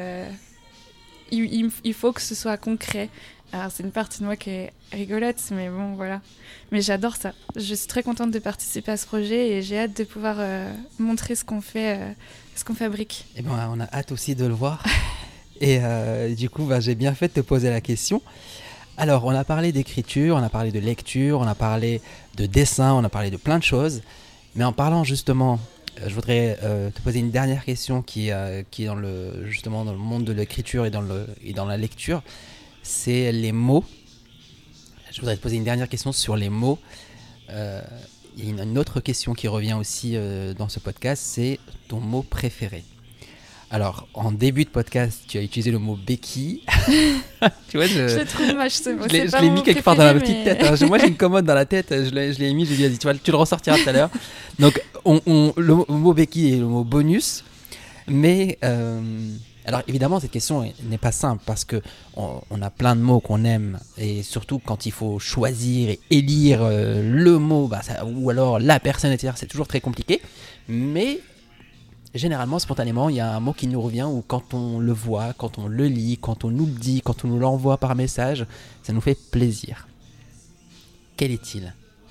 il faut que ce soit concret. Alors, c'est une partie de moi qui est rigolote, mais bon, voilà. Mais j'adore ça. Je suis très contente de participer à ce projet et j'ai hâte de pouvoir montrer ce qu'on fait, ce qu'on fabrique. Et ben, on a hâte aussi de le voir. Et du coup, j'ai bien fait de te poser la question. Alors, on a parlé d'écriture, on a parlé de lecture, on a parlé de dessin, on a parlé de plein de choses. Mais en parlant justement, je voudrais te poser une dernière question qui est justement dans le monde de l'écriture et dans la lecture. C'est les mots. Je voudrais te poser une dernière question sur les mots. Il y a une autre question qui revient aussi dans ce podcast, c'est ton mot préféré. Alors, en début de podcast, tu as utilisé le mot béquille. Tu vois, je trouve moche ce mot. Je l'ai mis quelque part dans ma petite tête. Alors, moi, j'ai une commode dans la tête. Je l'ai mis, je lui ai dit, tu le ressortiras tout à l'heure. Donc, le mot béquille est le mot bonus. Mais... alors évidemment, cette question n'est pas simple parce qu'on a plein de mots qu'on aime et surtout quand il faut choisir et élire le mot ou alors la personne, etc., c'est toujours très compliqué. Mais généralement, spontanément, il y a un mot qui nous revient ou quand on le voit, quand on le lit, quand on nous le dit, quand on nous l'envoie par message, ça nous fait plaisir. Quel est-il ?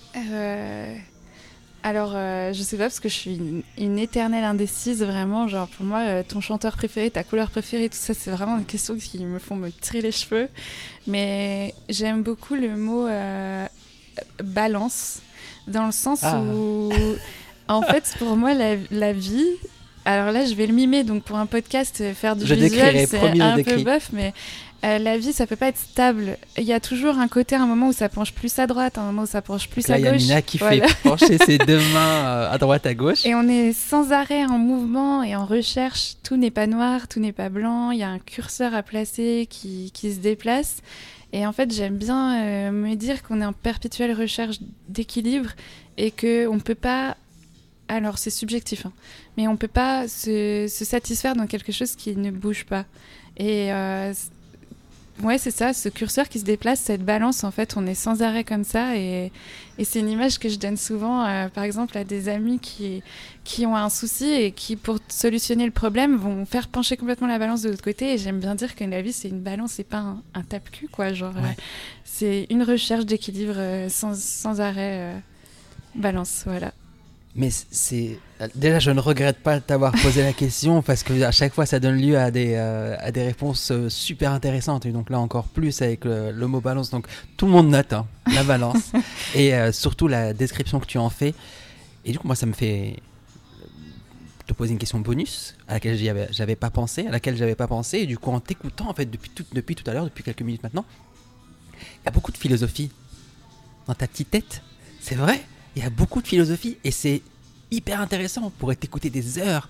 Alors, je sais pas parce que je suis une éternelle indécise, vraiment. Genre, pour moi, ton chanteur préféré, ta couleur préférée, tout ça, c'est vraiment des questions qui me font me tirer les cheveux. Mais j'aime beaucoup le mot balance, dans le sens où, en fait, pour moi, la vie... Alors là, je vais le mimer, donc pour un podcast, faire du visuel, c'est un peu bof, mais... la vie, ça peut pas être stable. Il y a toujours un côté, un moment où ça penche plus à droite, un moment où ça penche plus à gauche. Là, il y a Mina qui fait pencher ses deux mains à droite, à gauche. Et on est sans arrêt en mouvement et en recherche. Tout n'est pas noir, tout n'est pas blanc. Il y a un curseur à placer qui se déplace. Et en fait, j'aime bien me dire qu'on est en perpétuelle recherche d'équilibre et qu'on ne peut pas... Alors, c'est subjectif, hein, mais on ne peut pas se satisfaire dans quelque chose qui ne bouge pas. Et... ouais, c'est ça, ce curseur qui se déplace, cette balance, en fait, on est sans arrêt comme ça. Et c'est une image que je donne souvent, par exemple, à des amis qui ont un souci et qui, pour solutionner le problème, vont faire pencher complètement la balance de l'autre côté. Et j'aime bien dire que la vie, c'est une balance, c'est pas un tape-cul, quoi. Genre, c'est une recherche d'équilibre sans arrêt. Balance, voilà. Mais déjà, je ne regrette pas de t'avoir posé la question parce que à chaque fois, ça donne lieu à des réponses super intéressantes. Et donc là, encore plus avec le mot balance. Donc tout le monde note la balance et surtout la description que tu en fais. Et du coup, moi, ça me fait te te poser une question bonus à laquelle j'avais pas pensé. Et du coup, en t'écoutant, en fait, depuis tout à l'heure, depuis quelques minutes maintenant, il y a beaucoup de philosophie dans ta petite tête. C'est vrai, il y a beaucoup de philosophie et c'est hyper intéressant. On pourrait t'écouter des heures.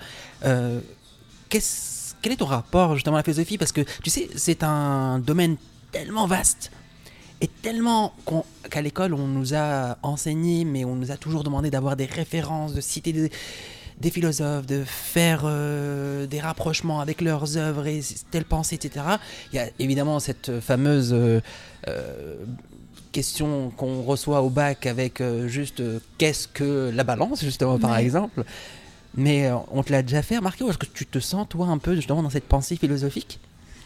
Quel est ton rapport justement à la philosophie? Parce que tu sais, c'est un domaine tellement vaste et tellement qu'à l'école on nous a enseigné, mais on nous a toujours demandé d'avoir des références, de citer des philosophes, de faire des rapprochements avec leurs œuvres et telle pensée, etc. Il y a évidemment cette fameuse question qu'on reçoit au bac avec qu'est-ce que la balance, justement, par exemple. Mais on te l'a déjà fait remarquer, ou est-ce que tu te sens, toi, un peu, justement, dans cette pensée philosophique?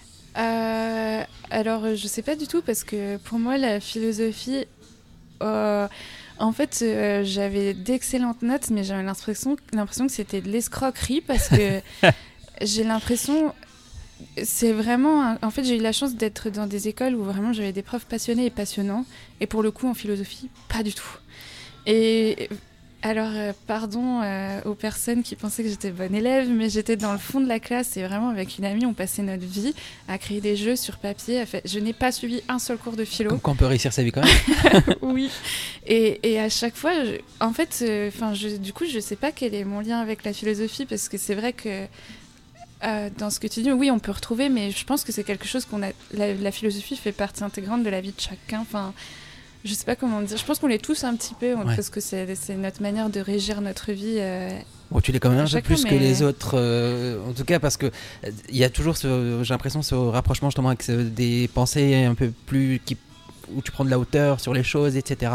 Alors, je sais pas du tout, parce que pour moi, la philosophie... en fait, j'avais d'excellentes notes, mais j'avais l'impression que c'était de l'escroquerie, parce que j'ai l'impression... C'est vraiment... En fait, j'ai eu la chance d'être dans des écoles où vraiment j'avais des profs passionnés et passionnants, et pour le coup, en philosophie, pas du tout. Et... Alors, pardon aux personnes qui pensaient que j'étais bonne élève, mais j'étais dans le fond de la classe et vraiment avec une amie, on passait notre vie à créer des jeux sur papier. Je n'ai pas suivi un seul cours de philo. Comme qu'on peut réussir sa vie quand même. Oui. Et à chaque fois, en fait, du coup, je sais pas quel est mon lien avec la philosophie, parce que c'est vrai que dans ce que tu dis, oui, on peut retrouver, mais je pense que c'est quelque chose qu'on a... La philosophie fait partie intégrante de la vie de chacun. Enfin... Je sais pas comment dire. Je pense qu'on l'est tous un petit peu, parce que c'est notre manière de régir notre vie. Bon, tu l'es quand même un peu plus que les autres, en tout cas, parce que il y a toujours, j'ai l'impression, ce rapprochement justement avec des pensées un peu plus où tu prends de la hauteur sur les choses, etc.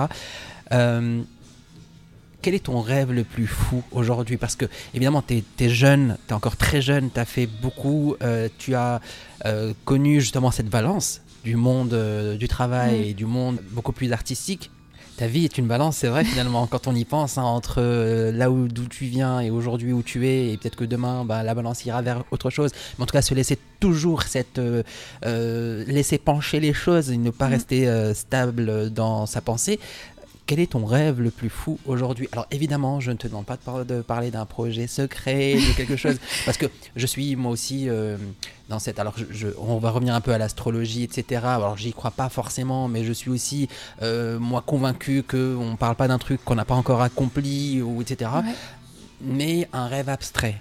Quel est ton rêve le plus fou aujourd'hui? Parce que, évidemment, t'es jeune, t'es encore très jeune, t'as fait beaucoup, tu as connu justement cette balance du monde du travail et du monde beaucoup plus artistique. Ta vie est une balance, c'est vrai, finalement, quand on y pense, hein, entre d'où tu viens et aujourd'hui où tu es, et peut-être que demain, la balance ira vers autre chose. Mais en tout cas, se laisser toujours laisser pencher les choses et ne pas rester stable dans sa pensée. Quel est ton rêve le plus fou aujourd'hui? Alors évidemment, je ne te demande pas de parler d'un projet secret, de quelque chose, parce que je suis moi aussi dans cette... Alors on va revenir un peu à l'astrologie, etc. Alors j'y crois pas forcément, mais je suis aussi moi convaincu qu'on ne parle pas d'un truc qu'on n'a pas encore accompli, ou etc. Ouais. Mais un rêve abstrait.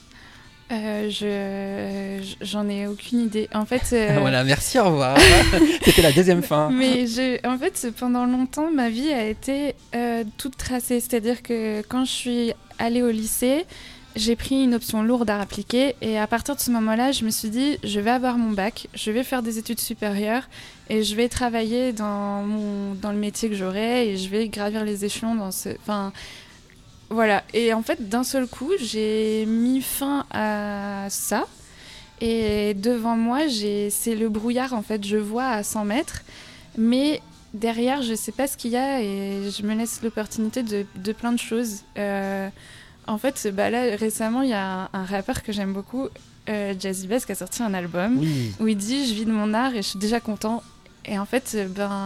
J'en ai aucune idée. En fait, voilà, merci, au revoir. C'était la deuxième fin. Mais en fait, pendant longtemps, ma vie a été toute tracée. C'est-à-dire que quand je suis allée au lycée, j'ai pris une option lourde à appliquer. Et à partir de ce moment-là, je me suis dit, je vais avoir mon bac, je vais faire des études supérieures et je vais travailler dans le métier que j'aurai et je vais gravir les échelons dans ce... Enfin, voilà, et en fait, d'un seul coup, j'ai mis fin à ça. Et devant moi, c'est le brouillard, en fait. Je vois à 100 mètres, mais derrière, je sais pas ce qu'il y a et je me laisse l'opportunité de plein de choses. En fait, là, récemment, il y a un rappeur que j'aime beaucoup, Jazzy Bass, qui a sorti un album où il dit « Je vis de mon art et je suis déjà content ». Et en fait,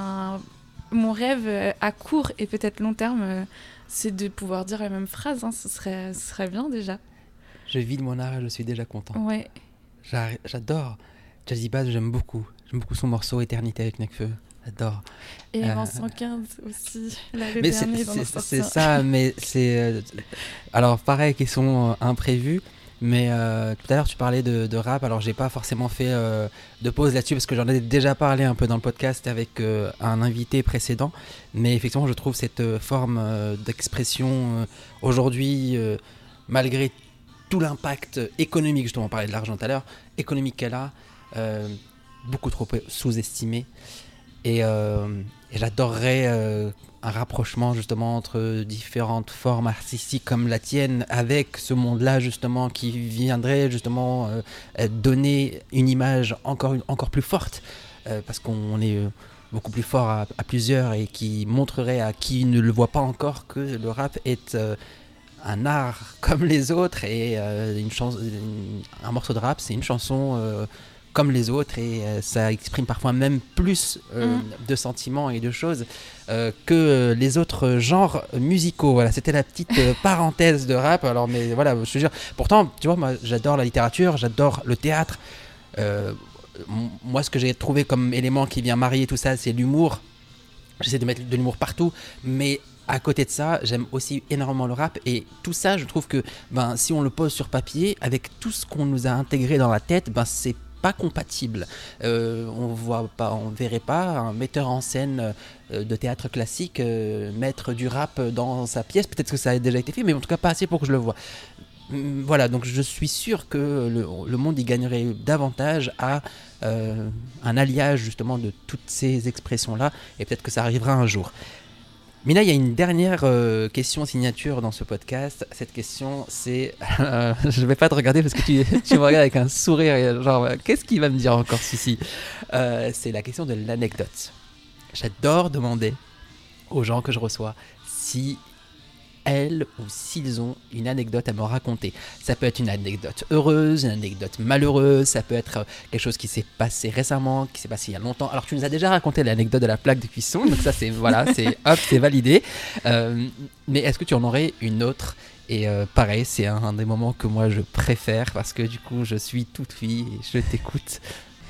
mon rêve à court et peut-être long terme... c'est de pouvoir dire la même phrase, hein. Ce serait bien déjà. Je vis de mon art et je suis déjà content. Ouais. J'adore. Jazzy Bass, j'aime beaucoup son morceau Éternité avec Nekfeu. J'adore. Et en 115 aussi, le dernier dans c'est ça, mais c'est... alors pareil, qui sont imprévus. Mais tout à l'heure tu parlais de rap, alors j'ai pas forcément fait de pause là-dessus parce que j'en ai déjà parlé un peu dans le podcast avec un invité précédent, mais effectivement je trouve cette forme d'expression aujourd'hui, malgré tout l'impact économique, justement on parlait de l'argent tout à l'heure, économique qu'elle a, beaucoup trop sous-estimée, et j'adorerais un rapprochement justement entre différentes formes artistiques comme la tienne avec ce monde-là justement qui viendrait justement donner une image encore plus forte parce qu'on est beaucoup plus fort à plusieurs et qui montrerait à qui ne le voit pas encore que le rap est un art comme les autres et un morceau de rap c'est une chanson comme les autres et ça exprime parfois même plus de sentiments et de choses que les autres genres musicaux. Voilà, c'était la petite parenthèse de rap. Alors, mais voilà, je te jure. Pourtant, tu vois, moi, j'adore la littérature, j'adore le théâtre. Moi, ce que j'ai trouvé comme élément qui vient marier tout ça, c'est l'humour. J'essaie de mettre de l'humour partout, mais à côté de ça, j'aime aussi énormément le rap et tout ça, je trouve que si on le pose sur papier, avec tout ce qu'on nous a intégré dans la tête, c'est pas compatible. On verrait pas un metteur en scène de théâtre classique mettre du rap dans sa pièce. Peut-être que ça a déjà été fait, mais en tout cas pas assez pour que je le voie. Voilà, donc je suis sûr que le monde y gagnerait davantage à un alliage justement de toutes ces expressions-là, et peut-être que ça arrivera un jour. Mina, il y a une dernière question signature dans ce podcast. Cette question, c'est... je ne vais pas te regarder parce que tu me regardes avec un sourire, et genre, qu'est-ce qu'il va me dire encore, Sissi ? C'est la question de l'anecdote. J'adore demander aux gens que je reçois si elles ou s'ils ont une anecdote à me raconter. Ça peut être une anecdote heureuse, une anecdote malheureuse, ça peut être quelque chose qui s'est passé récemment, qui s'est passé il y a longtemps. Alors tu nous as déjà raconté l'anecdote de la plaque de cuisson, donc ça c'est voilà, c'est validé. Mais est-ce que tu en aurais une autre ? Et pareil, c'est un des moments que moi je préfère parce que du coup je suis toute fille et je t'écoute.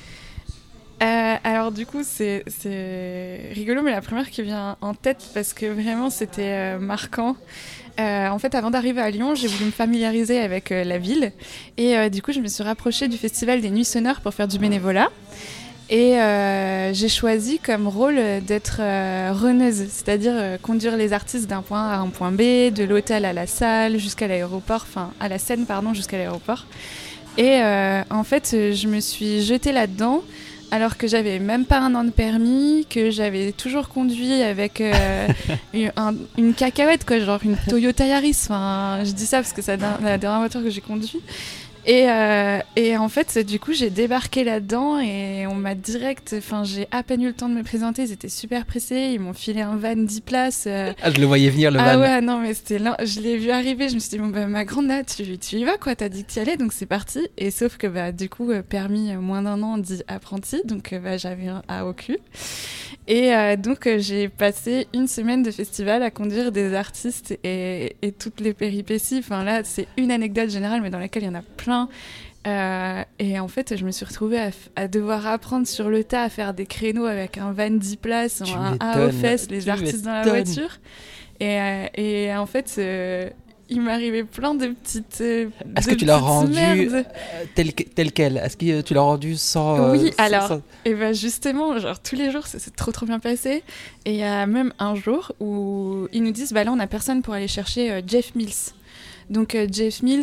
Alors du coup c'est rigolo, mais la première qui vient en tête parce que vraiment c'était marquant. En fait, avant d'arriver à Lyon, j'ai voulu me familiariser avec la ville et du coup je me suis rapprochée du festival des Nuits Sonores pour faire du bénévolat. Et j'ai choisi comme rôle d'être runneuse, c'est-à-dire conduire les artistes d'un point A à un point B, de l'hôtel à la salle jusqu'à l'aéroport, enfin à la scène pardon, jusqu'à l'aéroport. Et en fait je me suis jetée là-dedans alors que j'avais même pas un an de permis, que j'avais toujours conduit avec une cacahuète, quoi, genre une Toyota Yaris. Enfin, je dis ça parce que c'est la dernière voiture que j'ai conduite. Et en fait, du coup, j'ai débarqué là-dedans et on m'a direct... Enfin, j'ai à peine eu le temps de me présenter, ils étaient super pressés, ils m'ont filé un van 10 places. Ah, je le voyais venir, le van. Ah ouais, non, mais c'était là, je l'ai vu arriver, je me suis dit, bon, ma grande, là, tu y vas, quoi, t'as dit que t'y allais, donc c'est parti. Et sauf que, du coup, permis moins d'un an dit apprenti, donc j'avais un A au cul. Et donc, j'ai passé une semaine de festival à conduire des artistes et toutes les péripéties. Enfin, là, c'est une anecdote générale, mais dans laquelle il y en a plein. Et en fait, je me suis retrouvée à devoir apprendre sur le tas à faire des créneaux avec un van 10 places, un A aux fesses, les artistes dans la voiture. Et en fait, il m'arrivait plein de petites Est-ce que tu l'as rendu tel quel ? Est-ce que tu l'as rendu sans... Oui, alors, et ben justement, genre tous les jours, c'est trop bien passé. Et il y a même un jour où ils nous disent, là, on n'a personne pour aller chercher Jeff Mills. Donc Jeff Mills,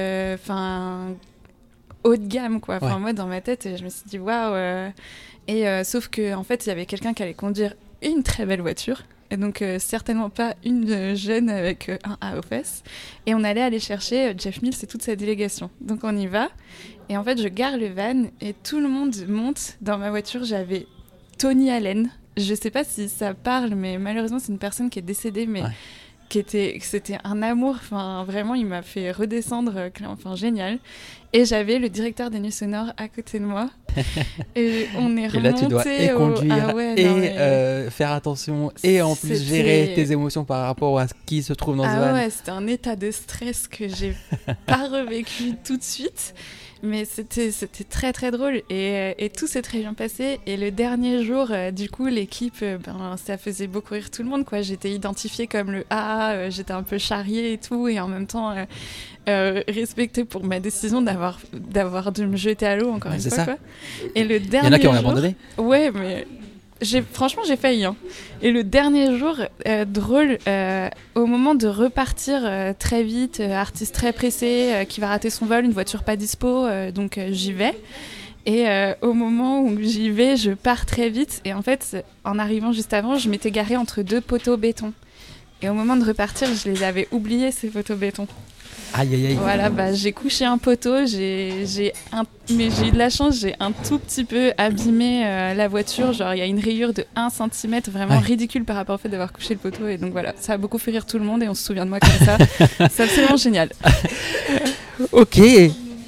haut de gamme, quoi. Enfin, moi, dans ma tête, je me suis dit, waouh. Sauf qu'en fait, il y avait quelqu'un qui allait conduire une très belle voiture. Et donc, certainement pas une jeune avec un A aux fesses. Et on allait aller chercher Jeff Mills et toute sa délégation. Donc, on y va. Et en fait, je gare le van et tout le monde monte. Dans ma voiture, j'avais Tony Allen. Je sais pas si ça parle, mais malheureusement, c'est une personne qui est décédée, mais... C'était un amour, enfin vraiment il m'a fait redescendre, enfin génial. Et j'avais le directeur des Nuits Sonores à côté de moi et on est remonté. Et là tu dois conduire faire attention et en plus gérer tes émotions par rapport à ce qui se trouve dans ce van. Ouais, c'était un état de stress que j'ai pas revécu tout de suite. Mais c'était très très drôle et tout s'est très bien passé. Et le dernier jour, du coup, l'équipe, ça faisait beaucoup rire tout le monde, quoi. J'étais identifiée comme le A, j'étais un peu charriée et tout, et en même temps respectée pour ma décision d'avoir dû me jeter à l'eau encore une fois, quoi. Et le dernier Il y en a qui ont jour, abandonné. Ouais, mais franchement, j'ai failli. Hein. Et le dernier jour, drôle, au moment de repartir très vite, artiste très pressé, qui va rater son vol, une voiture pas dispo, donc j'y vais. Et au moment où j'y vais, je pars très vite. Et en fait, en arrivant juste avant, je m'étais garée entre deux poteaux béton. Et au moment de repartir, je les avais oubliés, ces poteaux béton. Aïe, aïe, aïe. Voilà, j'ai couché un poteau, mais j'ai eu de la chance, j'ai un tout petit peu abîmé la voiture, genre il y a une rayure de 1 cm, vraiment ridicule par rapport au fait d'avoir couché le poteau, et donc voilà, ça a beaucoup fait rire tout le monde et on se souvient de moi comme ça, c'est absolument génial. Ok,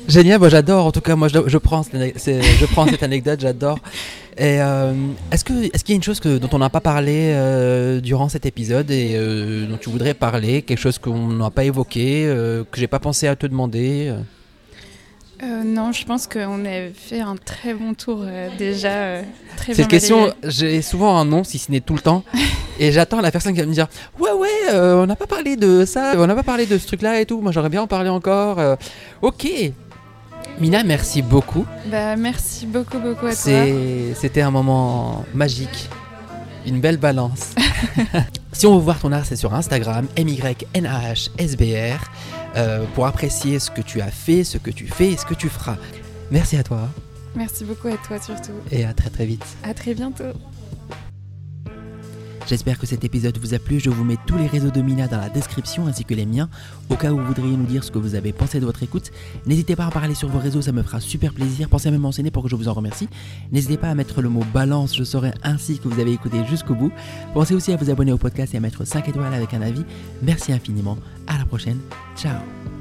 Génial, moi j'adore. En tout cas, moi je prends cette anecdote, j'adore. Et est-ce qu'il y a une chose dont on n'a pas parlé durant cet épisode et dont tu voudrais parler, quelque chose qu'on n'a pas évoqué, que j'ai pas pensé à te demander Non, je pense qu'on a fait un très bon tour déjà. Très Cette bien question, balayé. j'ai souvent un non, si ce n'est tout le temps. Et j'attends la personne qui va me dire ouais, on n'a pas parlé de ça, on n'a pas parlé de ce truc-là et tout. Moi, j'aurais bien en parler encore. Ok. Mina, merci beaucoup. Bah, merci beaucoup à toi. C'était un moment magique. Une belle balance. Si on veut voir ton art, c'est sur Instagram, MYNAHSBR, pour apprécier ce que tu as fait, ce que tu fais et ce que tu feras. Merci à toi. Merci beaucoup à toi surtout. Et à très très vite. À très bientôt. J'espère que cet épisode vous a plu. Je vous mets tous les réseaux de Mina dans la description ainsi que les miens. Au cas où vous voudriez nous dire ce que vous avez pensé de votre écoute, n'hésitez pas à en parler sur vos réseaux, ça me fera super plaisir. Pensez à me mentionner pour que je vous en remercie. N'hésitez pas à mettre le mot balance, je saurai ainsi que vous avez écouté jusqu'au bout. Pensez aussi à vous abonner au podcast et à mettre 5 étoiles avec un avis. Merci infiniment. À la prochaine. Ciao.